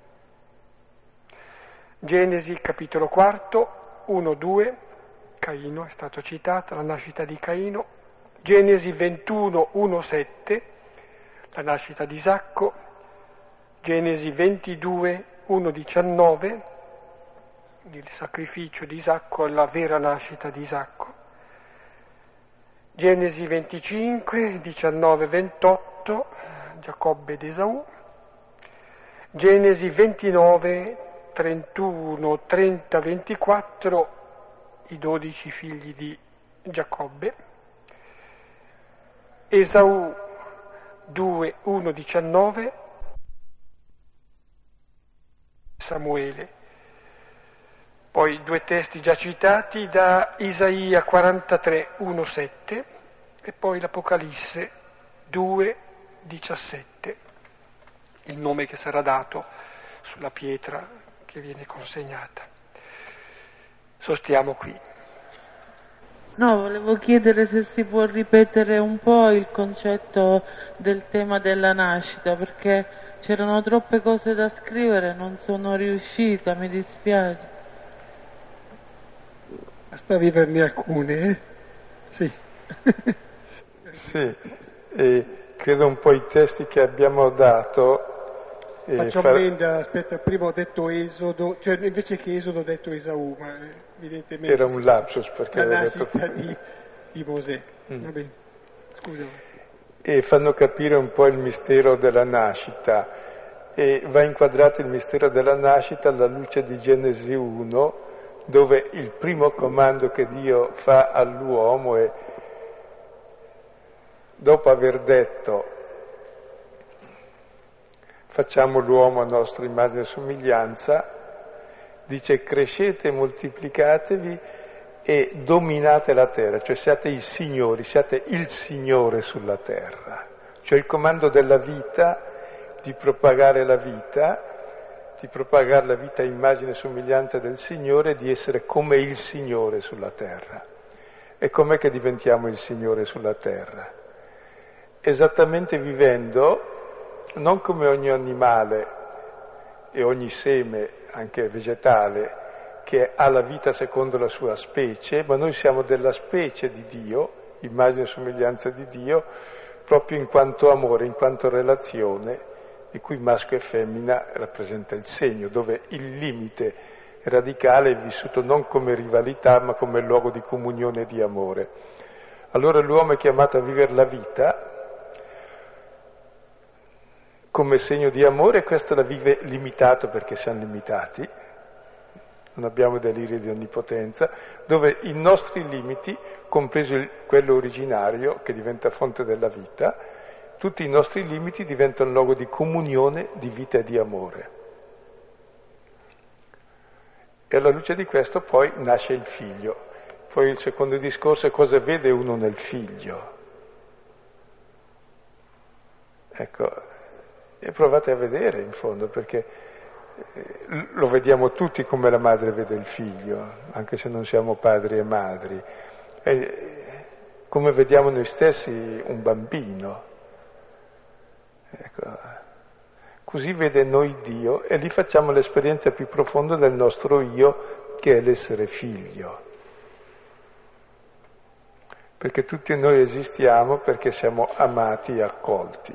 Genesi capitolo quarto uno due, Caino è stato citato, la nascita di Caino, Genesi ventuno uno sette, la nascita di Isacco, Genesi ventidue uno diciannove, il sacrificio di Isacco, la vera nascita di Isacco, Genesi venticinque diciannove ventotto, Giacobbe ed Esaù, Genesi ventinove trentuno trenta ventiquattro, i dodici figli di Giacobbe, Esaù due uno diciannove, Samuele. Poi due testi già citati da Isaia quarantatré uno sette e poi l'Apocalisse due diciassette, il nome che sarà dato sulla pietra che viene consegnata. Sostiamo qui. No, volevo chiedere se si può ripetere un po' il concetto del tema della nascita, perché c'erano troppe cose da scrivere, non sono riuscita, mi dispiace. Basta viverne alcune, eh? Sì. Sì, e credo un po' i testi che abbiamo dato. Faccio far... ammenda, aspetta, prima ho detto Esodo, cioè invece che Esodo ho detto Esaù, ma evidentemente... Era un lapsus perché la avevo detto... nascita di, di Mosè. Mm. Va bene, scusami. E fanno capire un po' il mistero della nascita, e va inquadrato il mistero della nascita alla luce di Genesi uno, dove il primo comando che Dio fa all'uomo è, dopo aver detto facciamo l'uomo a nostra immagine e somiglianza, dice crescete, moltiplicatevi e dominate la terra, cioè siate i signori, siate il Signore sulla terra. Cioè il comando della vita, di propagare la vita, di propagare la vita a immagine e somiglianza del Signore, di essere come il Signore sulla terra. E com'è che diventiamo il Signore sulla terra? Esattamente vivendo, non come ogni animale e ogni seme, anche vegetale, che ha la vita secondo la sua specie, ma noi siamo della specie di Dio, immagine e somiglianza di Dio, proprio in quanto amore, in quanto relazione, di cui maschio e femmina rappresenta il segno, dove il limite radicale è vissuto non come rivalità, ma come luogo di comunione e di amore. Allora l'uomo è chiamato a vivere la vita come segno di amore, e questo la vive limitato perché siamo limitati, non abbiamo deliri di onnipotenza, dove i nostri limiti, compreso il, quello originario che diventa fonte della vita, tutti i nostri limiti diventano luogo di comunione, di vita e di amore. E alla luce di questo poi nasce il figlio. Poi il secondo discorso è cosa vede uno nel figlio. Ecco, e provate a vedere in fondo, perché lo vediamo tutti come la madre vede il figlio, anche se non siamo padri e madri. è come vediamo noi stessi un bambino. Ecco. Così vede noi Dio e lì facciamo l'esperienza più profonda del nostro io, che è l'essere figlio. Perché tutti noi esistiamo perché siamo amati e accolti.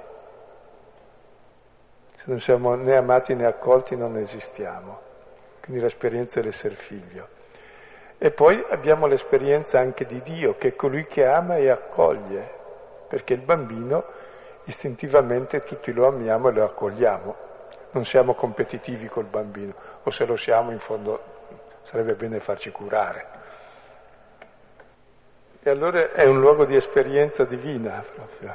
Se non siamo né amati né accolti non esistiamo. Quindi l'esperienza è l'essere figlio. E poi abbiamo l'esperienza anche di Dio, che è colui che ama e accoglie, perché il bambino istintivamente tutti lo amiamo e lo accogliamo. Non siamo competitivi col bambino, o se lo siamo in fondo sarebbe bene farci curare. E allora è un luogo di esperienza divina proprio.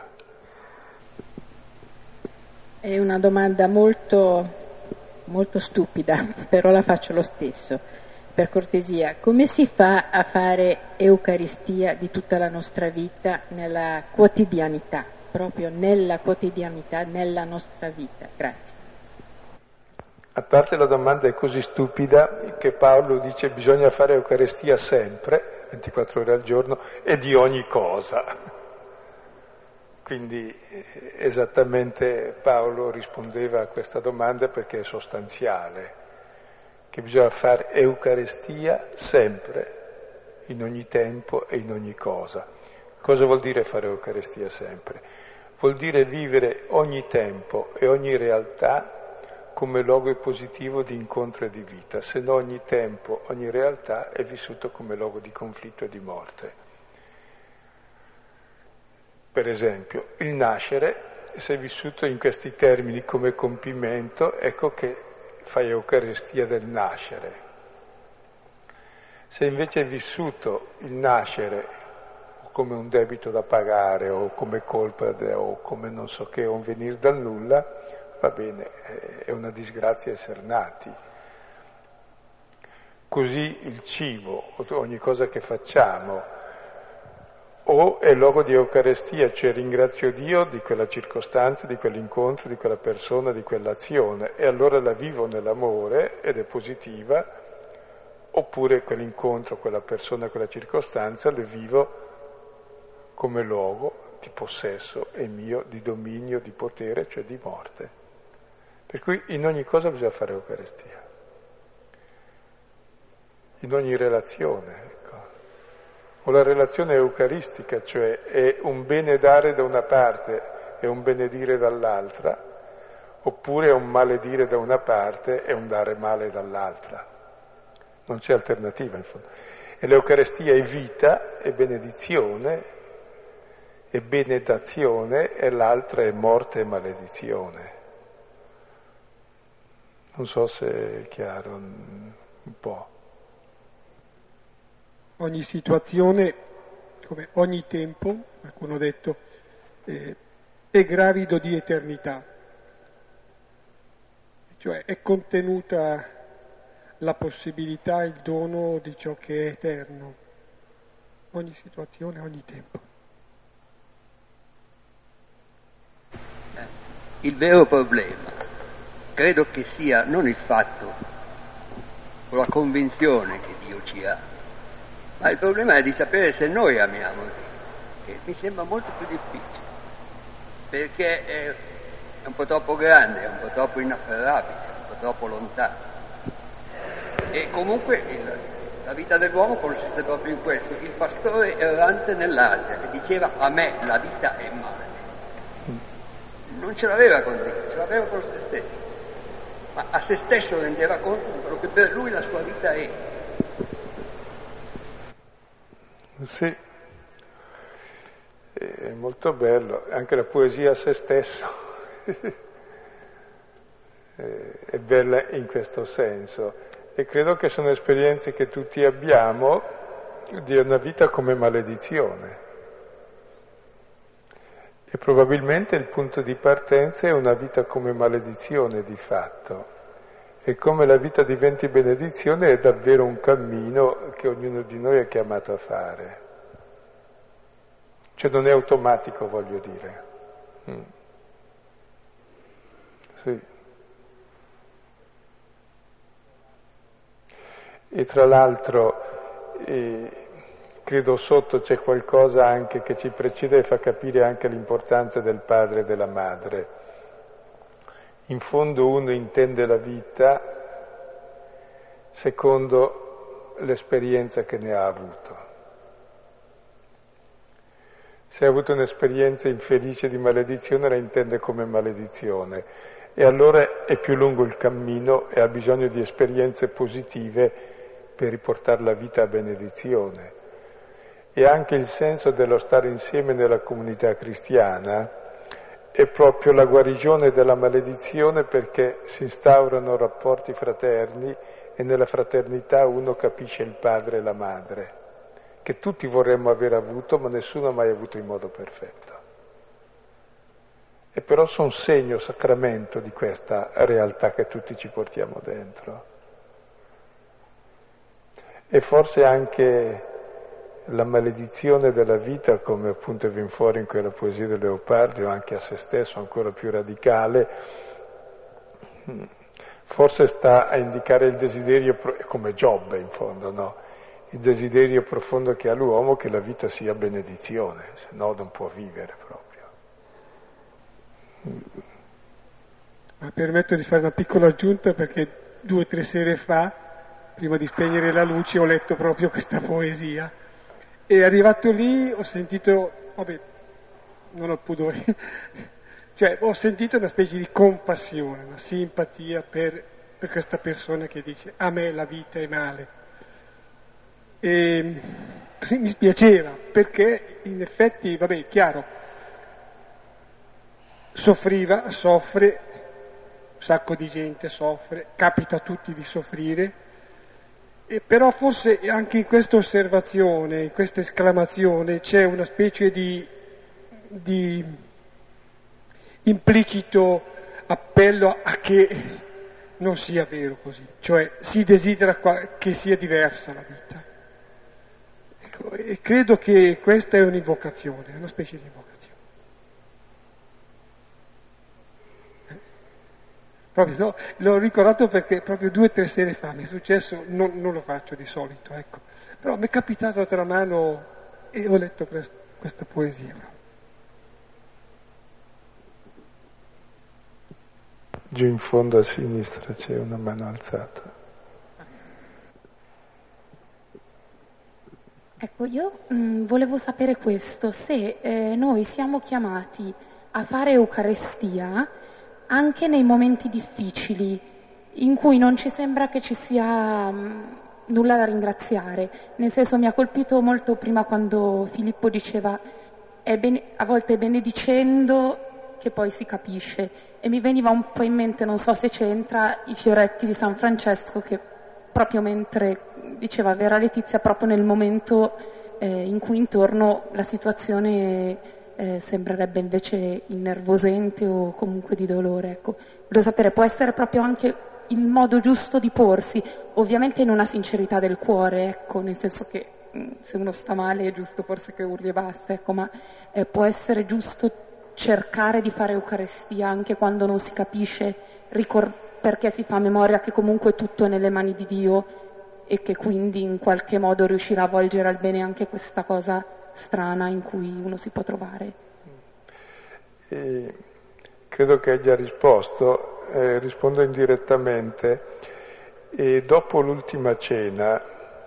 È una domanda molto, molto stupida, però la faccio lo stesso. Per cortesia, come si fa a fare Eucaristia di tutta la nostra vita nella quotidianità, proprio nella quotidianità, nella nostra vita? Grazie. A parte la domanda è così stupida che Paolo dice bisogna fare Eucaristia sempre, ventiquattro ore al giorno, e di ogni cosa. Quindi esattamente Paolo rispondeva a questa domanda perché è sostanziale, che bisogna fare Eucaristia sempre, in ogni tempo e in ogni cosa. Cosa vuol dire fare Eucaristia sempre? Vuol dire vivere ogni tempo e ogni realtà come luogo positivo di incontro e di vita, se no ogni tempo, ogni realtà è vissuto come luogo di conflitto e di morte. Per esempio, il nascere, se è vissuto in questi termini come compimento, ecco che fai Eucaristia del nascere. Se invece è vissuto il nascere come un debito da pagare o come colpa o come non so che, un venire dal nulla, va bene, è una disgrazia essere nati. Così il cibo, ogni cosa che facciamo, o è luogo di Eucaristia, cioè ringrazio Dio di quella circostanza, di quell'incontro, di quella persona, di quell'azione, e allora la vivo nell'amore ed è positiva, oppure quell'incontro, quella persona, quella circostanza, le vivo come luogo di possesso è mio, di dominio, di potere, cioè di morte. Per cui in ogni cosa bisogna fare Eucaristia, in ogni relazione, ecco. O la relazione eucaristica, cioè è un bene dare da una parte e un benedire dall'altra, oppure è un maledire da una parte e un dare male dall'altra. Non c'è alternativa in fondo. E l'Eucaristia è vita, è benedizione, è benedazione, e l'altra è morte e maledizione. Non so se è chiaro un po'. Ogni situazione, come ogni tempo, qualcuno ha detto, eh, è gravido di eternità. Cioè è contenuta la possibilità, il dono di ciò che è eterno. Ogni situazione, ogni tempo. Il vero problema credo che sia non il fatto o la convinzione che Dio ci ha, ma il problema è di sapere se noi amiamo Dio, che mi sembra molto più difficile, perché è un po' troppo grande, è un po' troppo inafferrabile, è un po' troppo lontano. E comunque il, la vita dell'uomo consiste proprio in questo, il pastore errante nell'Asia, che diceva a me la vita è male. Non ce l'aveva con Dio, ce l'aveva con se stesso, ma a se stesso rendeva conto di quello che per lui la sua vita è. Sì, è molto bello, anche la poesia a se stesso è bella in questo senso, e credo che sono esperienze che tutti abbiamo di una vita come maledizione. E probabilmente il punto di partenza è una vita come maledizione di fatto. E come la vita diventi benedizione è davvero un cammino che ognuno di noi è chiamato a fare. Cioè non è automatico, voglio dire. Mm. Sì. E tra l'altro, eh, credo sotto c'è qualcosa anche che ci precede e fa capire anche l'importanza del padre e della madre. In fondo uno intende la vita secondo l'esperienza che ne ha avuto. Se ha avuto un'esperienza infelice di maledizione, la intende come maledizione, e allora è più lungo il cammino e ha bisogno di esperienze positive per riportare la vita a benedizione. E anche il senso dello stare insieme nella comunità cristiana è proprio la guarigione della maledizione, perché si instaurano rapporti fraterni e nella fraternità uno capisce il padre e la madre, che tutti vorremmo aver avuto, ma nessuno ha mai avuto in modo perfetto. E però sono segno, sacramento di questa realtà che tutti ci portiamo dentro. E forse anche la maledizione della vita, come appunto viene fuori in quella poesia di Leopardi, o anche a se stesso ancora più radicale, forse sta a indicare il desiderio, come Giobbe in fondo, no? Il desiderio profondo che ha l'uomo che la vita sia benedizione, se no non può vivere proprio. Ma permetto di fare una piccola aggiunta, perché due o tre sere fa, prima di spegnere la luce, ho letto proprio questa poesia e arrivato lì ho sentito, vabbè, non ho pudore, cioè ho sentito una specie di compassione, una simpatia per, per questa persona che dice a me la vita è male. E così mi spiaceva, perché in effetti, vabbè, è chiaro, soffriva, soffre, un sacco di gente soffre, capita a tutti di soffrire, e però forse anche in questa osservazione, in questa esclamazione c'è una specie di, di implicito appello a che non sia vero così, cioè si desidera che sia diversa la vita. Ecco, e credo che questa è un'invocazione, una specie di invocazione. Proprio, no, l'ho ricordato perché proprio due o tre sere fa mi è successo, non, non lo faccio di solito, ecco, però mi è capitato tra mano e ho letto quest, questa poesia. Giù in fondo a sinistra c'è una mano alzata. Ecco, io mh, volevo sapere questo, se eh, noi siamo chiamati a fare Eucaristia anche nei momenti difficili, in cui non ci sembra che ci sia mh, nulla da ringraziare. Nel senso, mi ha colpito molto prima quando Filippo diceva è bene, a volte è benedicendo che poi si capisce, e mi veniva un po' in mente, non so se c'entra, i fioretti di San Francesco, che proprio mentre diceva Vera Letizia, proprio nel momento eh, in cui intorno la situazione Eh, sembrerebbe invece innervosente o comunque di dolore. Ecco. Volevo sapere, può essere proprio anche il modo giusto di porsi, ovviamente in una sincerità del cuore, ecco, nel senso che mh, se uno sta male è giusto forse che urli e basta, ecco, ma eh, può essere giusto cercare di fare Eucaristia anche quando non si capisce, ricor- perché si fa memoria che comunque tutto è nelle mani di Dio e che quindi in qualche modo riuscirà a volgere al bene anche questa cosa strana in cui uno si può trovare. E credo che abbia risposto, eh, rispondo indirettamente. E dopo l'ultima cena,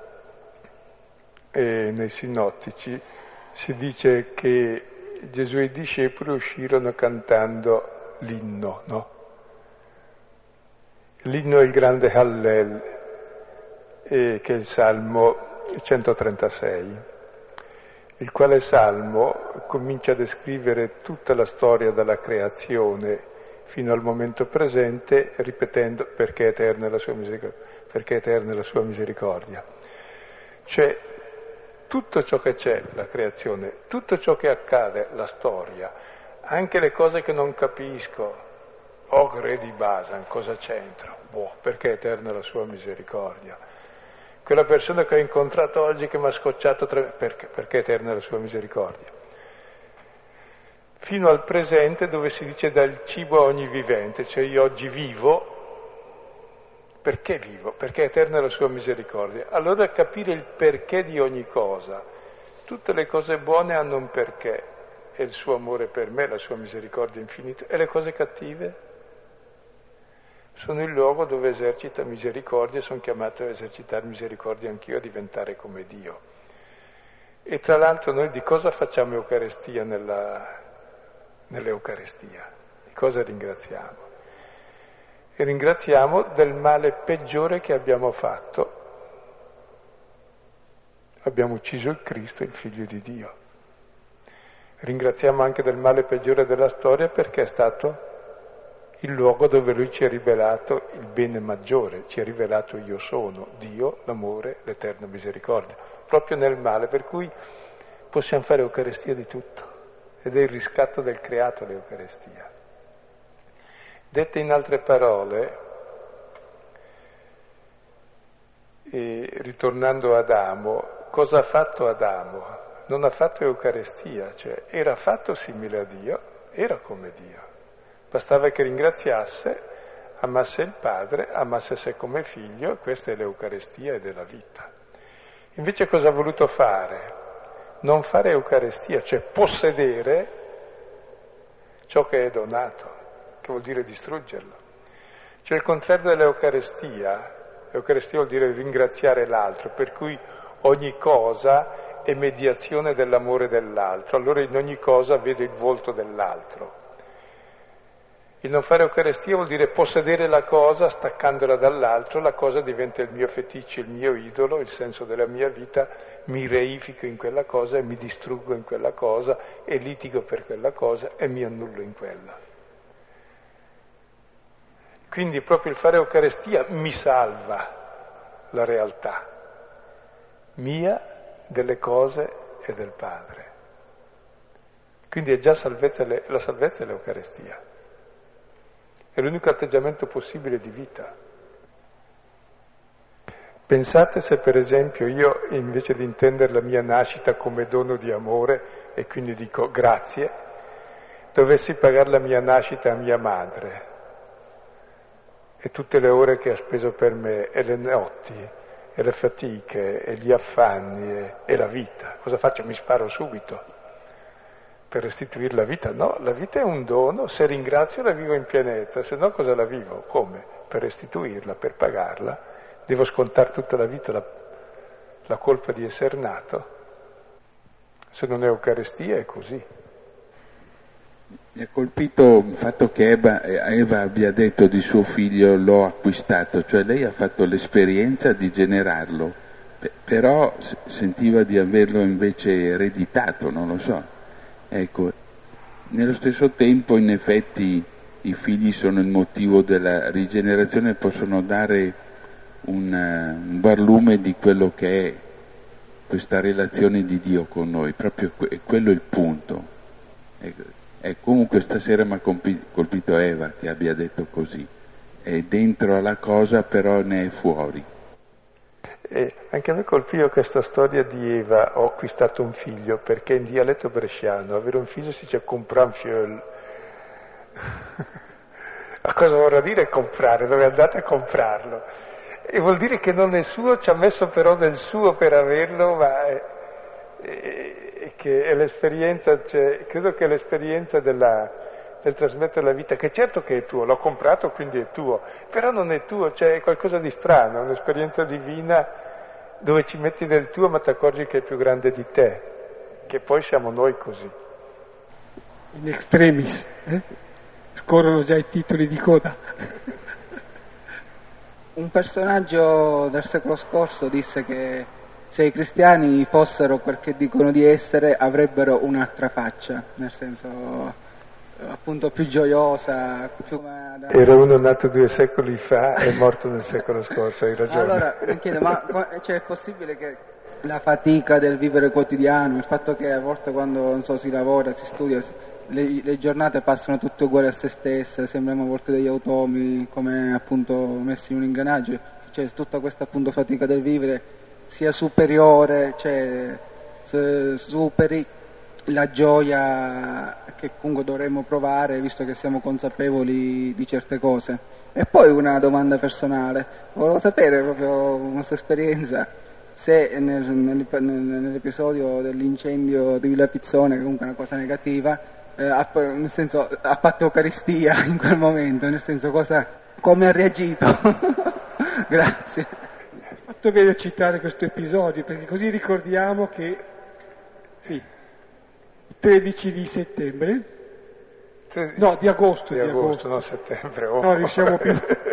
eh, nei sinottici, si dice che Gesù e i discepoli uscirono cantando l'inno, no? L'inno è il grande Hallel, eh, che è il Salmo centotrentasei. Il quale salmo comincia a descrivere tutta la storia dalla creazione fino al momento presente, ripetendo perché è eterna è la sua misericordia, perché è eterna è la sua misericordia. Cioè, tutto ciò che c'è, la creazione, tutto ciò che accade, la storia, anche le cose che non capisco, ogre di Basan, cosa c'entra? Boh, perché è eterna è la sua misericordia. Quella persona che ho incontrato oggi che mi ha scocciato, tre... perché? Perché è eterna la sua misericordia. Fino al presente dove si dice dal cibo a ogni vivente, cioè io oggi vivo, perché vivo? Perché è eterna la sua misericordia. Allora capire il perché di ogni cosa Tutte le cose buone hanno un perché, è il suo amore per me, la sua misericordia infinita, e le cose cattive sono il luogo dove esercita misericordia, sono chiamato a esercitare misericordia anch'io, a diventare come Dio. E tra l'altro noi di cosa facciamo Eucaristia nella, nell'Eucaristia? Di cosa ringraziamo? E ringraziamo del male peggiore che abbiamo fatto. Abbiamo ucciso il Cristo, il Figlio di Dio. Ringraziamo anche del male peggiore della storia perché è stato il luogo dove Lui ci ha rivelato il bene maggiore, ci ha rivelato io sono, Dio, l'amore, l'eterna misericordia, proprio nel male, per cui possiamo fare Eucaristia di tutto, ed è il riscatto del creato l'Eucaristia. Dette in altre parole, e ritornando ad Adamo, cosa ha fatto Adamo? Non ha fatto Eucaristia, cioè era fatto simile a Dio, era come Dio. Bastava che ringraziasse, amasse il Padre, amasse sé come figlio, e questa è l'Eucaristia ed è la vita. Invece cosa ha voluto fare? Non fare Eucaristia, cioè possedere ciò che è donato, che vuol dire distruggerlo. Cioè il contrario dell'Eucaristia, l'Eucaristia vuol dire ringraziare l'altro, per cui ogni cosa è mediazione dell'amore dell'altro, allora in ogni cosa vedo il volto dell'altro. Il non fare Eucaristia vuol dire possedere la cosa, staccandola dall'altro, la cosa diventa il mio feticcio, il mio idolo, il senso della mia vita, mi reifico in quella cosa e mi distruggo in quella cosa e litigo per quella cosa e mi annullo in quella. Quindi proprio il fare Eucaristia mi salva la realtà mia, delle cose e del Padre. Quindi è già salvezza, la salvezza è l'Eucaristia. È l'unico atteggiamento possibile di vita. Pensate se per esempio io, invece di intendere la mia nascita come dono di amore, e quindi dico grazie, dovessi pagare la mia nascita a mia madre, e tutte le ore che ha speso per me, e le notti, e le fatiche, e gli affanni, e, e la vita. Cosa faccio? Mi sparo subito per restituire la vita? No, la vita è un dono, se ringrazio la vivo in pienezza, se no cosa la vivo? Come? Per restituirla, per pagarla, devo scontare tutta la vita la, la colpa di essere nato. Se non è Eucaristia è così. Mi ha colpito il fatto che Eva, Eva abbia detto di suo figlio l'ho acquistato, cioè lei ha fatto l'esperienza di generarlo, però sentiva di averlo invece ereditato, non lo so. Ecco, nello stesso tempo in effetti i figli sono il motivo della rigenerazione, possono dare un, un barlume di quello che è questa relazione di Dio con noi, proprio que- quello è il punto. Ecco. E comunque stasera mi ha colpito Eva che abbia detto così, è dentro alla cosa però ne è fuori. E anche a me colpiva questa storia di Eva, ho acquistato un figlio, perché in dialetto bresciano avere un figlio si dice comprare un figlio. Ma cosa vorrà dire comprare? Dove andate a comprarlo? E vuol dire che non è suo, ci ha messo però del suo per averlo, ma è, è, che è l'esperienza, cioè, credo che è l'esperienza della, del trasmettere la vita, che certo che è tuo, l'ho comprato quindi è tuo, però non è tuo, cioè è qualcosa di strano, un'esperienza divina dove ci metti del tuo ma ti accorgi che è più grande di te, che poi siamo noi così. In extremis, eh? Scorrono già i titoli di coda. Un personaggio del secolo scorso disse che se i cristiani fossero quel che dicono di essere avrebbero un'altra faccia, nel senso appunto più gioiosa, più... Era uno nato due secoli fa e morto nel secolo scorso, hai ragione. Allora mi chiedo, ma cioè, è possibile che la fatica del vivere quotidiano, il fatto che a volte quando non so, si lavora, si studia, le, le giornate passano tutte uguali a se stesse, sembriamo a volte degli automi come appunto messi in un ingranaggio, cioè tutta questa appunto fatica del vivere sia superiore, cioè superi la gioia che comunque dovremmo provare visto che siamo consapevoli di certe cose. E poi una domanda personale, volevo sapere proprio una sua esperienza, se nel, nel, nell'episodio dell'incendio di Villa Pizzone, che comunque è una cosa negativa, eh, ha, nel senso, ha fatto Eucaristia in quel momento, nel senso cosa, come ha reagito? Grazie. Ho fatto bene a citare questo episodio, perché così ricordiamo che, sì, il tredici di settembre, no, di agosto, di, di agosto, agosto, non settembre. Oh. No, riusciamo più.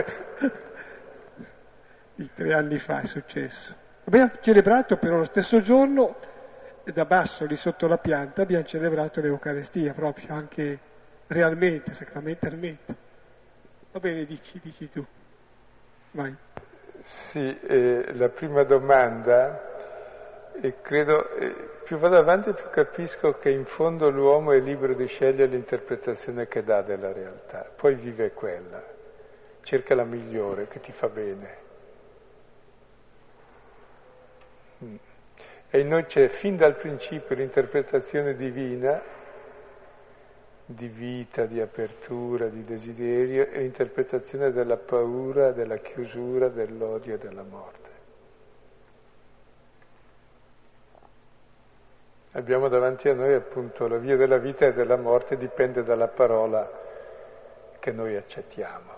Di tre anni fa è successo. Abbiamo celebrato però lo stesso giorno, da basso lì sotto la pianta, abbiamo celebrato l'Eucaristia, proprio anche realmente, sacramentalmente. Va bene, dici, dici tu. Vai. Sì, eh, la prima domanda, e credo, eh, più vado avanti più capisco che in fondo l'uomo è libero di scegliere l'interpretazione che dà della realtà, poi vive quella, cerca la migliore che ti fa bene. Mm. E in noi c'è fin dal principio l'interpretazione divina, di vita, di apertura, di desiderio, e l'interpretazione della paura, della chiusura, dell'odio e della morte. Abbiamo davanti a noi appunto la via della vita e della morte, dipende dalla parola che noi accettiamo.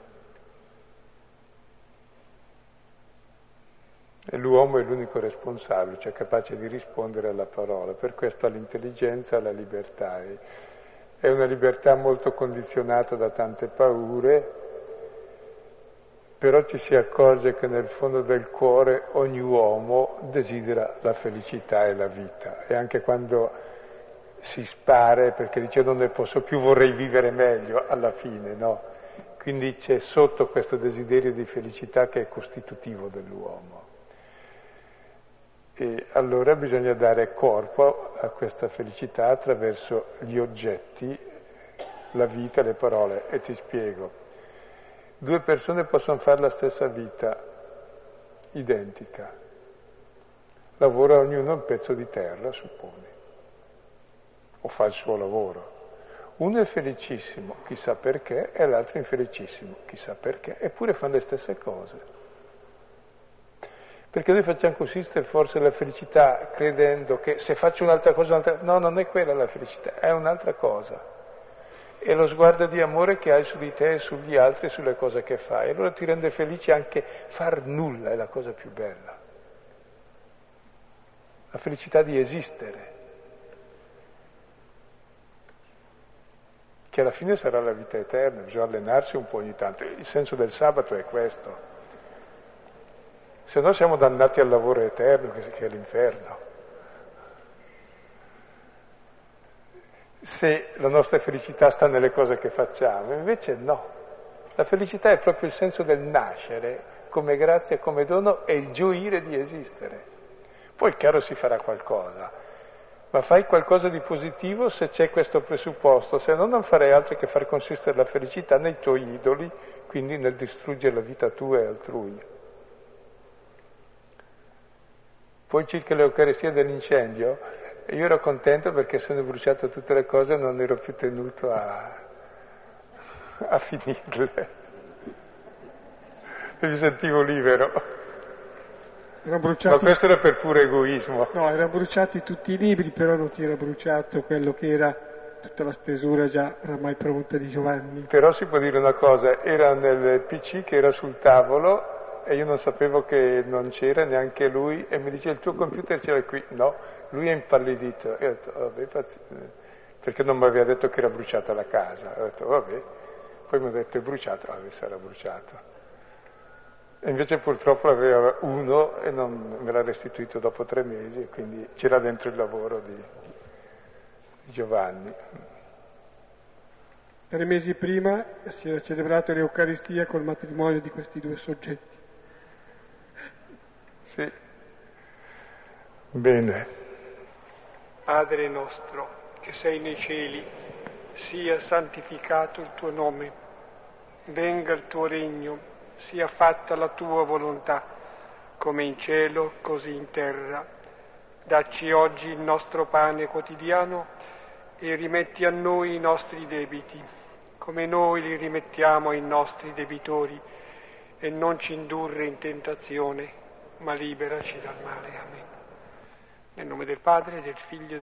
E l'uomo è l'unico responsabile, cioè capace di rispondere alla parola, per questo ha l'intelligenza e la libertà. È una libertà molto condizionata da tante paure, però ci si accorge che nel fondo del cuore ogni uomo desidera la felicità e la vita, e anche quando si spara perché dice non ne posso più, vorrei vivere meglio, alla fine no. Quindi c'è sotto questo desiderio di felicità che è costitutivo dell'uomo. E allora bisogna dare corpo a questa felicità attraverso gli oggetti, la vita, le parole. E ti spiego. Due persone possono fare la stessa vita, identica. Lavora ognuno un pezzo di terra, supponi, o fa il suo lavoro. Uno è felicissimo, chissà perché, e l'altro è infelicissimo, chissà perché, eppure fanno le stesse cose. Perché noi facciamo consistere forse la felicità credendo che se faccio un'altra cosa, un'altra... no, non è quella la felicità, è un'altra cosa. È lo sguardo di amore che hai su di te e sugli altri e sulle cose che fai. Allora ti rende felice anche far nulla, è la cosa più bella. La felicità di esistere, che alla fine sarà la vita eterna, bisogna allenarsi un po' ogni tanto. Il senso del sabato è questo. Se no siamo dannati al lavoro eterno, che è l'inferno. Se la nostra felicità sta nelle cose che facciamo, invece no. La felicità è proprio il senso del nascere, come grazia, come dono, e il gioire di esistere. Poi, chiaro, si farà qualcosa, ma fai qualcosa di positivo se c'è questo presupposto, se no non farei altro che far consistere la felicità nei tuoi idoli, quindi nel distruggere la vita tua e altrui. Poi circa l'Eucaristia dell'incendio, io ero contento perché essendo bruciato tutte le cose non ero più tenuto a, a finirle. Mi sentivo libero. Erano bruciati... Ma questo era per puro egoismo. No, erano bruciati tutti i libri, però non ti era bruciato quello che era tutta la stesura già oramai pronta di Giovanni. Però si può dire una cosa, era nel P C che era sul tavolo, e io non sapevo che non c'era neanche lui, e mi dice il tuo computer c'era qui. No, lui è impallidito. E ho detto, vabbè, pazienza, perché non mi aveva detto che era bruciata la casa. Ho detto, vabbè. Poi mi ha detto, è bruciato. Vabbè, sarà bruciato. E invece purtroppo l'aveva uno e non me l'ha restituito dopo tre mesi, e quindi c'era dentro il lavoro di, di Giovanni. Tre mesi prima si era celebrato l'Eucaristia col matrimonio di questi due soggetti. Sì. Bene. Padre nostro, che sei nei cieli, sia santificato il tuo nome, venga il tuo regno, sia fatta la tua volontà, come in cielo, così in terra. Dacci oggi il nostro pane quotidiano e rimetti a noi i nostri debiti, come noi li rimettiamo ai nostri debitori, e non ci indurre in tentazione, ma liberaci dal male. Amen. Nel nome del Padre, del Figlio